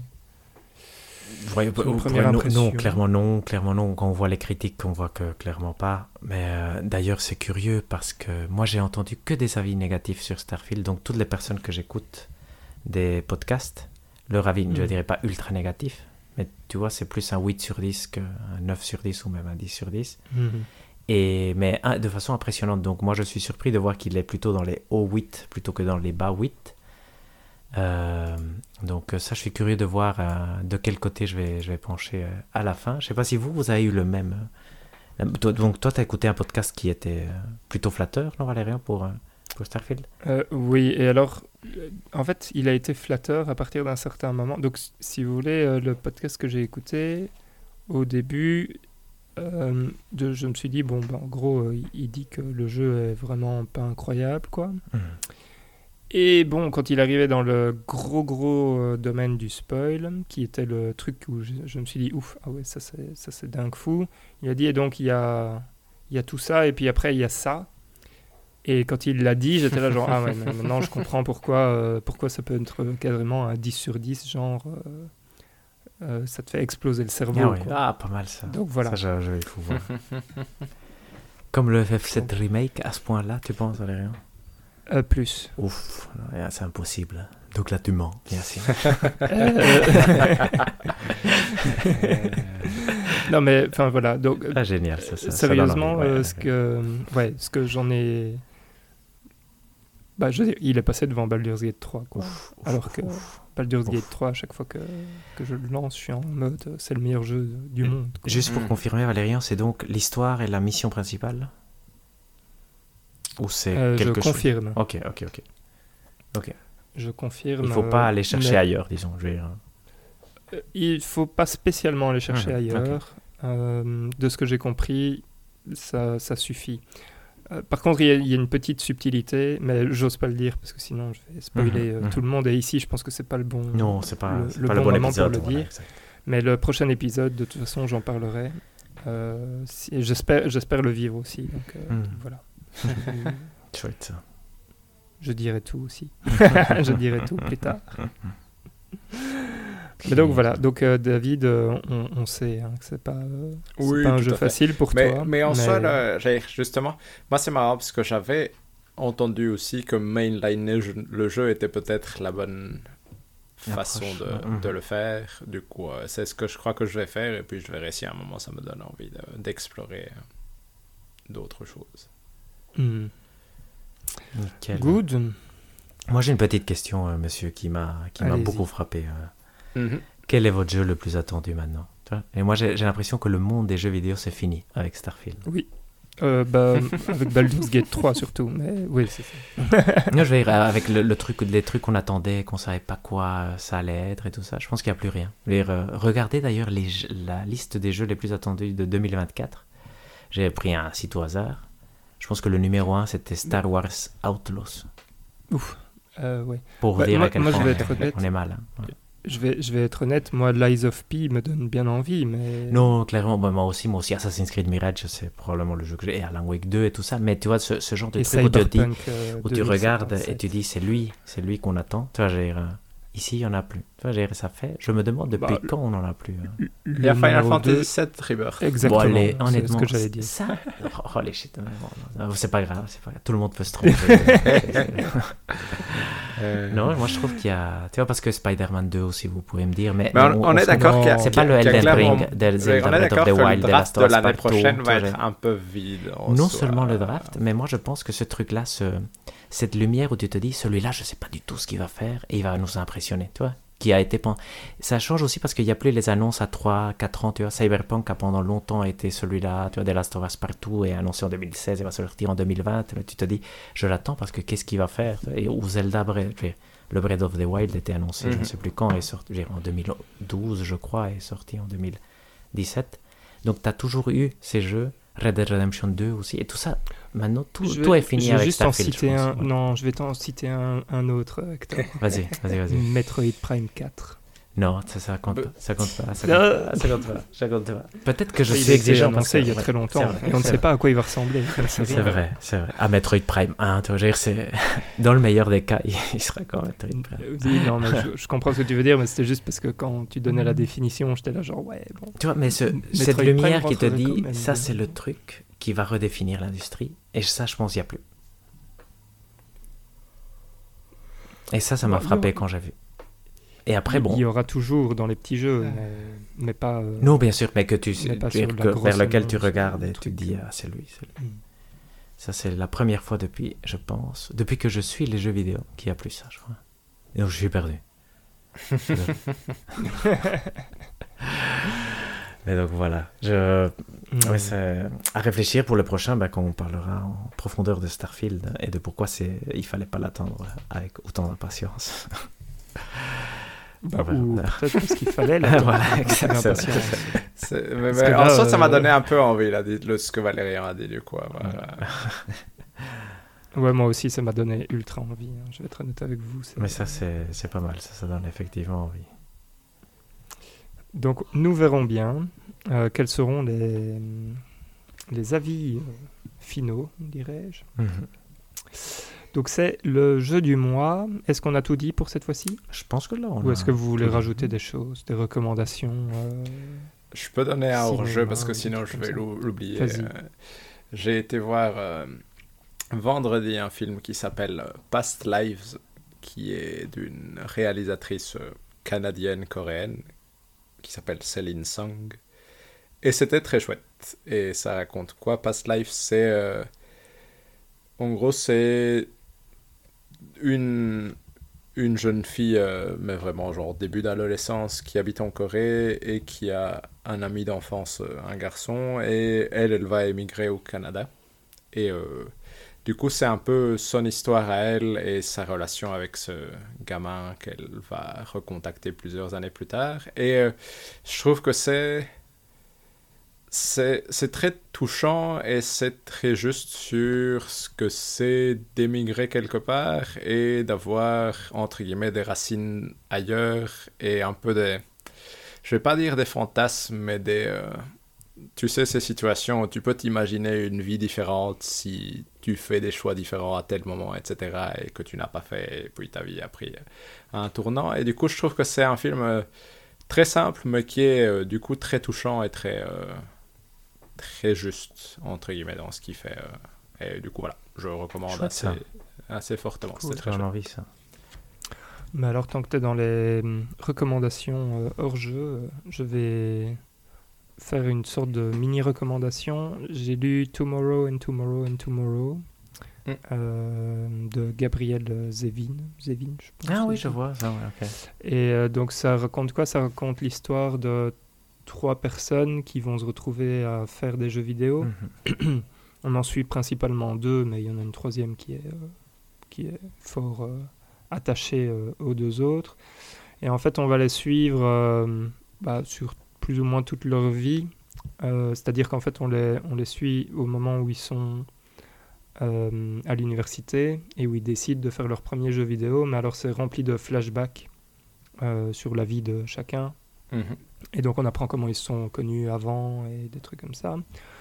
Ouais, pour, pour non, non, clairement non, clairement non. Quand on voit les critiques, on voit que clairement pas. Mais euh, d'ailleurs, c'est curieux parce que moi, j'ai entendu que des avis négatifs sur Starfield. Donc, toutes les personnes que j'écoute des podcasts, leur avis, mmh. je ne dirais pas ultra négatif, mais tu vois, c'est plus un huit sur dix qu'un neuf sur dix ou même un dix sur dix. Mmh. Et, mais hein, de façon impressionnante. Donc, moi, je suis surpris de voir qu'il est plutôt dans les hauts huit plutôt que dans les bas huit. Euh, donc ça je suis curieux de voir euh, de quel côté je vais, je vais pencher euh, à la fin. Je sais pas si vous, vous avez eu le même euh, toi, donc toi tu as écouté un podcast qui était euh, plutôt flatteur, non Valérien, pour, euh, pour Starfield? euh, Oui, et alors en fait il a été flatteur à partir d'un certain moment. Donc si vous voulez, euh, le podcast que j'ai écouté au début, euh, de, je me suis dit bon bah, en gros euh, il dit que le jeu est vraiment pas incroyable quoi. Mmh. Et bon, quand il arrivait dans le gros gros euh, domaine du spoil, qui était le truc où je, je me suis dit ouf, ah ouais, ça c'est, ça c'est dingue fou. Il a dit, et donc il y a, il y a tout ça, et puis après il y a ça. Et quand il l'a dit, j'étais là genre, ah ouais, maintenant je comprends pourquoi, euh, pourquoi ça peut être quasiment un dix sur dix, genre, euh, euh, ça te fait exploser le cerveau. Ah, oui. Quoi. Ah pas mal ça. Donc voilà. Ça, je, je, il faut voir. Comme le F sept Remake, à ce point-là, tu penses, Valérien? Euh, plus. Ouf, c'est impossible. Donc là, tu mens, bien sûr. Non, mais enfin voilà. Donc, ah, génial, ça. ça sérieusement, ça euh, ce que, ouais, ce que j'en ai, bah, je veux dire, il est passé devant Baldur's Gate trois, quoi. Ouf, ouf, Alors que ouf, Baldur's ouf. Gate trois, à chaque fois que que je le lance, je suis en mode, c'est le meilleur jeu du monde. Quoi. Juste pour mmh. confirmer, Valérien, c'est donc l'histoire et la mission principale. Ou c'est euh, quelque je chose... confirme. Ok, ok, ok. Ok. Je confirme. Il ne faut euh, pas aller chercher mais... ailleurs, disons. Je veux dire. Euh, Il ne faut pas spécialement aller chercher Mmh, ailleurs. okay. Euh, de ce que j'ai compris, ça, ça suffit. Euh, par contre, il y, a, il y a une petite subtilité, mais j'ose pas le dire parce que sinon je vais spoiler Mmh, euh, mmh. tout le monde. Et ici, je pense que c'est pas le bon, Non, c'est pas le, c'est le pas bon, le bon moment épisode. pour le Voilà, dire. exact. Mais le prochain épisode, de toute façon, j'en parlerai. Euh, si, j'espère, j'espère le vivre aussi. Donc euh, Mmh. voilà. Chouette, ça. Je dirai tout aussi. Je dirai tout plus tard. Mais donc voilà, donc euh, David, euh, on, on sait hein, que c'est pas, euh, c'est Oui, pas un tout jeu à fait. facile pour Mais, toi. mais en soi, là, j'ai- justement, moi c'est marrant parce que j'avais entendu aussi que mainliner le jeu était peut-être la bonne façon de, Approche. de le faire. Du coup, euh, c'est ce que je crois que je vais faire et puis je verrai si à un moment ça me donne envie de- d'explorer euh, d'autres choses. Hmm. Nickel. Good. Moi, j'ai une petite question, euh, monsieur, qui m'a qui m'a Allez-y. beaucoup frappé. euh. Mhm. Quel est votre jeu le plus attendu maintenant? Tu vois. Et moi, j'ai j'ai l'impression que le monde des jeux vidéo, c'est fini avec Starfield. Euh, bah, avec Baldur's Gate trois surtout, mais oui, c'est ça. Moi, je vais dire, avec le, le truc, les trucs qu'on attendait, qu'on savait pas quoi euh, ça allait être et tout ça, je pense qu'il n'y a plus rien. Je veux dire, euh, regardez d'ailleurs les jeux- la liste des jeux les plus attendus de deux mille vingt-quatre. J'ai pris un site au hasard. Je pense que le numéro un, c'était Star Wars Outlaws. Euh, ouais. Pour Bah, dire moi- à quel moi, je point vais on être est- honnête. on est mal. hein. Ouais. Je vais, je vais être honnête, moi, Lies of P me donne bien envie, mais... Non, clairement, bah, moi aussi, moi aussi, Assassin's Creed Mirage, c'est probablement le jeu que j'ai, et Alan Wake deux et tout ça, mais tu vois, ce, ce genre de Et truc où tu, dis, Cyberpunk, euh, où tu deux mille regardes et cinquante-sept. tu dis, c'est lui, c'est lui qu'on attend. Tu vois, j'ai, euh, ici, il n'y en a plus. Tu vois, j'ai, ça fait, je me demande depuis Bah, quand on n'en a plus. hein. Il y a Le Final numéro deux, Fantasy sept Rebirth. Exactement, Bon, allez, c'est honnêtement, ce que j'allais dire. ça, oh, oh, les shit, non, non, non, c'est pas grave, c'est pas grave, tout le monde peut se tromper. Euh, Non, moi je trouve qu'il y a, tu vois, parce que Spider-Man deux aussi, vous pouvez me dire, mais, Mais on, on est se- d'accord qu'il y a, c'est qu'il y pas a- le qu'il y a Elden clairement- Ring, del Oui, Zelda on est Breath of d'accord the que Wild, le de draft Last of de Us l'année partout, prochaine tu va vois, être un peu vide. en non soi. seulement le draft, mais moi je pense que ce truc-là, ce, cette lumière où tu te dis, celui-là, je sais pas du tout ce qu'il va faire et il va nous impressionner, tu vois, qui a été pen- ça change aussi parce qu'il n'y a plus les annonces à trois quatre ans, tu vois. Cyberpunk a pendant longtemps été celui-là, tu vois, The Last of Us partout et annoncé en deux mille seize, il va sortir en deux mille vingt, mais tu te dis, je l'attends parce que qu'est-ce qu'il va faire, tu vois. Et ou Zelda Breath, tu vois, le Breath of the Wild était annoncé, je ne Mhm. sais plus quand, est sorti, je veux dire, en deux mille douze, je crois, et est sorti en deux mille dix-sept. Donc tu as toujours eu ces jeux, Red Dead Redemption deux aussi, et tout ça, maintenant tout, Je vais- tout est fini je vais avec juste en Starfield, je citer pense. un... Ouais. Non, je vais t'en citer un, un autre, Hector. Vas-y, vas-y, vas-y. Metroid Prime quatre. Non, ça, ça compte Be- pas, ça compte pas, ça Non. compte pas, ça compte pas, ça compte pas. Peut-être que je il suis a été exigeant parce annoncé que- il y a ouais, très longtemps, c'est vrai, et on ne c'est sait vrai. pas à quoi il va ressembler. on ne sait C'est rien. vrai, c'est vrai. Ah, Metroid Prime un, tu vois, je veux dire, c'est... dans le meilleur des cas, il, il sera quand Metroid Prime. Euh, Oui, non, mais je, je comprends ce que tu veux dire, mais c'était juste parce que quand tu donnais la définition, j'étais là genre, ouais, bon. Tu vois, mais ce, Metroid cette Prime lumière qui te rentrerait quand dit, même ça bien. c'est le truc qui va redéfinir l'industrie, et ça je pense qu'il n'y a plus. Et ça, ça m'a Bah, frappé non. quand j'ai vu. Et après, bon... Il y aura toujours dans les petits jeux, mais, mais pas... euh, Non, bien sûr, mais que tu Mais pas tu- sur la que- grosse vers lequel tu annonce, regardes le et tu te truc, dis, euh. ah, c'est lui, c'est lui. Mm. Ça, c'est la première fois depuis, je pense, depuis que je suis les jeux vidéo, qu'il n'y a plus ça, je crois. Et donc, je suis perdu. Mais donc, voilà. Je... mm. Ouais, c'est à réfléchir pour le prochain, bah, quand on parlera en profondeur de Starfield et de pourquoi c'est... il fallait pas l'attendre avec autant d'impatience. Bah, Ouais, ou ouais. peut-être parce qu'il fallait là. Voilà, exact, c'est vrai. C'est- mais- Parce mais que en là, soi, ça m'a euh, donné un peu envie, là, de- le- ce que Valérian a dit, du coup. Voilà. Ouais, moi aussi, ça m'a donné ultra envie. hein. Je vais être honnête avec vous. c'est- Mais ça, c'est, c'est pas mal. Ça, ça donne effectivement envie. Donc, nous verrons bien euh, quels seront les, les avis euh, finaux, dirais-je. Donc, c'est le jeu du mois. Est-ce qu'on a tout dit pour cette fois-ci? Je pense que là, on Ou a est-ce que vous voulez tout dit. rajouter des choses, des recommandations euh, Je peux donner un Cinéma, hors-jeu parce que ou des sinon trucs je comme vais ça. l'ou- l'oublier. Vas-y. Euh, J'ai été voir euh, vendredi un film qui s'appelle euh, Past Lives, qui est d'une réalisatrice euh, canadienne-coréenne qui s'appelle Céline Song. Et c'était très chouette. Et ça raconte quoi? Past Lives, c'est... euh, en gros, c'est une, une jeune fille, euh, mais vraiment genre début d'adolescence, qui habite en Corée et qui a un ami d'enfance, euh, un garçon, et elle, elle va émigrer au Canada. Et euh, du coup, c'est un peu son histoire à elle et sa relation avec ce gamin qu'elle va recontacter plusieurs années plus tard. Et euh, je trouve que c'est... C'est, c'est très touchant et c'est très juste sur ce que c'est d'émigrer quelque part et d'avoir, entre guillemets, des racines ailleurs et un peu des... Je vais pas dire des fantasmes, mais des... Euh, tu sais, ces situations où tu peux t'imaginer une vie différente si tu fais des choix différents à tel moment, et cetera, et que tu n'as pas fait, et puis ta vie a pris un tournant. Et du coup, je trouve que c'est un film euh, très simple, mais qui est euh, du coup très touchant et très... Euh, très juste, entre guillemets, dans ce qu'il fait. Euh, et du coup, voilà, je recommande Chouette, assez, assez fortement. Cool, C'était très j'en ai chouette. envie, ça. Mais alors, tant que tu es dans les hum, recommandations euh, hors jeu, euh, je vais faire une sorte de mini-recommandation. J'ai lu Tomorrow and Tomorrow and Tomorrow mm. euh, de Gabriel Zevin. Zevin, je pense. Ah oui, je vois ça, ouais, ok. Et euh, donc, ça raconte quoi? Ça raconte l'histoire de trois personnes qui vont se retrouver à faire des jeux vidéo. Mm-hmm. On en suit principalement deux, mais il y en a une troisième qui est, euh, qui est fort euh, attachée euh, aux deux autres. Et en fait, on va les suivre euh, bah, sur plus ou moins toute leur vie. Euh, c'est-à-dire qu'en fait, on les, on les suit au moment où ils sont euh, à l'université et où ils décident de faire leur premier jeu vidéo. Mais alors, c'est rempli de flashbacks euh, sur la vie de chacun. Mmh. Et donc on apprend comment ils se sont connus avant et des trucs comme ça.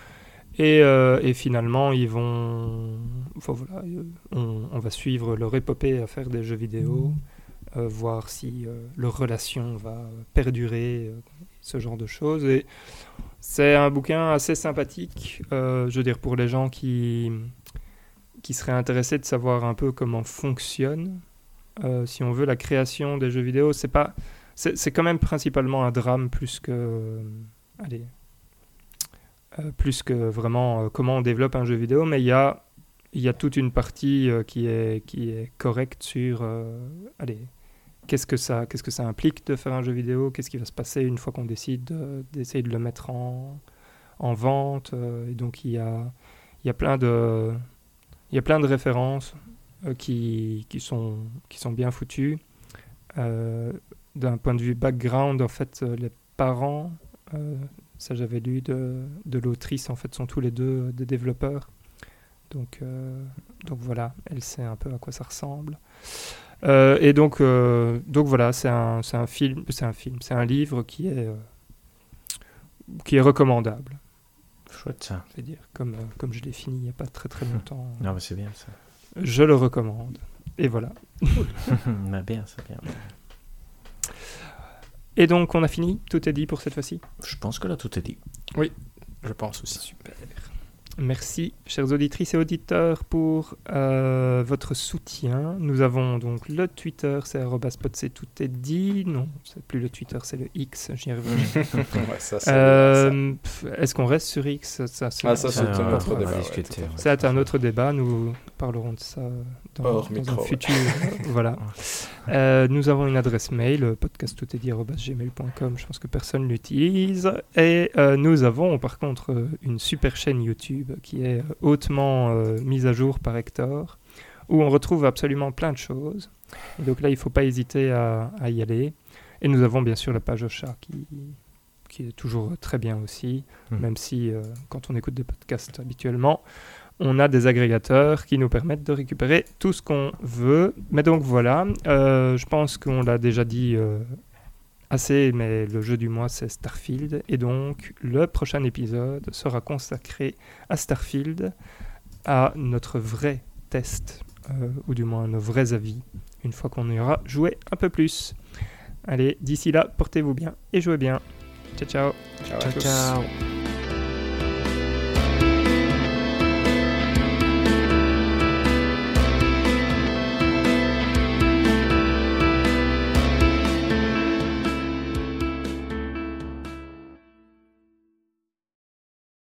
Et, euh, et finalement, ils vont... Enfin, voilà, on, on va suivre leur épopée à faire des jeux vidéo, euh, voir si euh, leur relation va perdurer, euh, ce genre de choses. Et c'est un bouquin assez sympathique, euh, je veux dire, pour les gens qui, qui seraient intéressés de savoir un peu comment fonctionne, euh, si on veut, la création des jeux vidéo. C'est pas... C'est, c'est quand même principalement un drame plus que, euh, allez, euh, plus que vraiment euh, comment on développe un jeu vidéo, mais il y a, il y a toute une partie euh, qui est, qui est correcte sur, euh, allez, qu'est-ce que ça, qu'est-ce que ça implique de faire un jeu vidéo, qu'est-ce qui va se passer une fois qu'on décide de, d'essayer de le mettre en, en vente, euh, et donc il y a, il y a plein de, il y a plein de références euh, qui, qui sont, qui sont bien foutues. Euh, D'un point de vue background, en fait, euh, les parents, euh, ça j'avais lu de, de l'autrice, en fait, sont tous les deux des développeurs. Donc, euh, donc voilà, elle sait un peu à quoi ça ressemble. Euh, et donc, euh, donc voilà, c'est un, c'est un film, c'est un film, c'est un livre qui est, euh, qui est recommandable. Chouette ça. Je vais dire, comme, euh, comme je l'ai fini il n'y a pas très très longtemps. Non, mais c'est bien ça. Je le recommande. Et voilà. Mais bien, c'est bien. Et donc, on a fini? Tout est dit pour cette fois-ci? Je pense que là, tout est dit. Oui, je pense aussi. Super. Merci, chères auditrices et auditeurs, pour euh, votre soutien. Nous avons donc le Twitter, c'est arobase podc, tout est dit. Non, c'est plus le Twitter, c'est le X, j'y reviens. Ouais, ça, c'est euh, ça. Est-ce qu'on reste sur X? Ça, c'est, ah, ça, c'est un autre débat. Ouais, ouais, c'est un autre débat, nous parlerons de ça dans, Hors dans micro, un futur. Voilà. Euh, nous avons une adresse mail, podcasttoutestdit arobase gmail point com, je pense que personne l'utilise. Et euh, nous avons par contre euh, une super chaîne YouTube qui est euh, hautement euh, mise à jour par Hector, où on retrouve absolument plein de choses. Et donc là, il ne faut pas hésiter à, à y aller. Et nous avons bien sûr la page Ocha qui, qui est toujours très bien aussi, mmh. même si euh, quand on écoute des podcasts habituellement, on a des agrégateurs qui nous permettent de récupérer tout ce qu'on veut. Mais donc voilà, euh, je pense qu'on l'a déjà dit euh, assez, mais le jeu du mois, c'est Starfield. Et donc, le prochain épisode sera consacré à Starfield, à notre vrai test, euh, ou du moins nos vrais avis, une fois qu'on y aura joué un peu plus. Allez, d'ici là, portez-vous bien et jouez bien. Ciao, ciao. Ciao, ciao, ciao.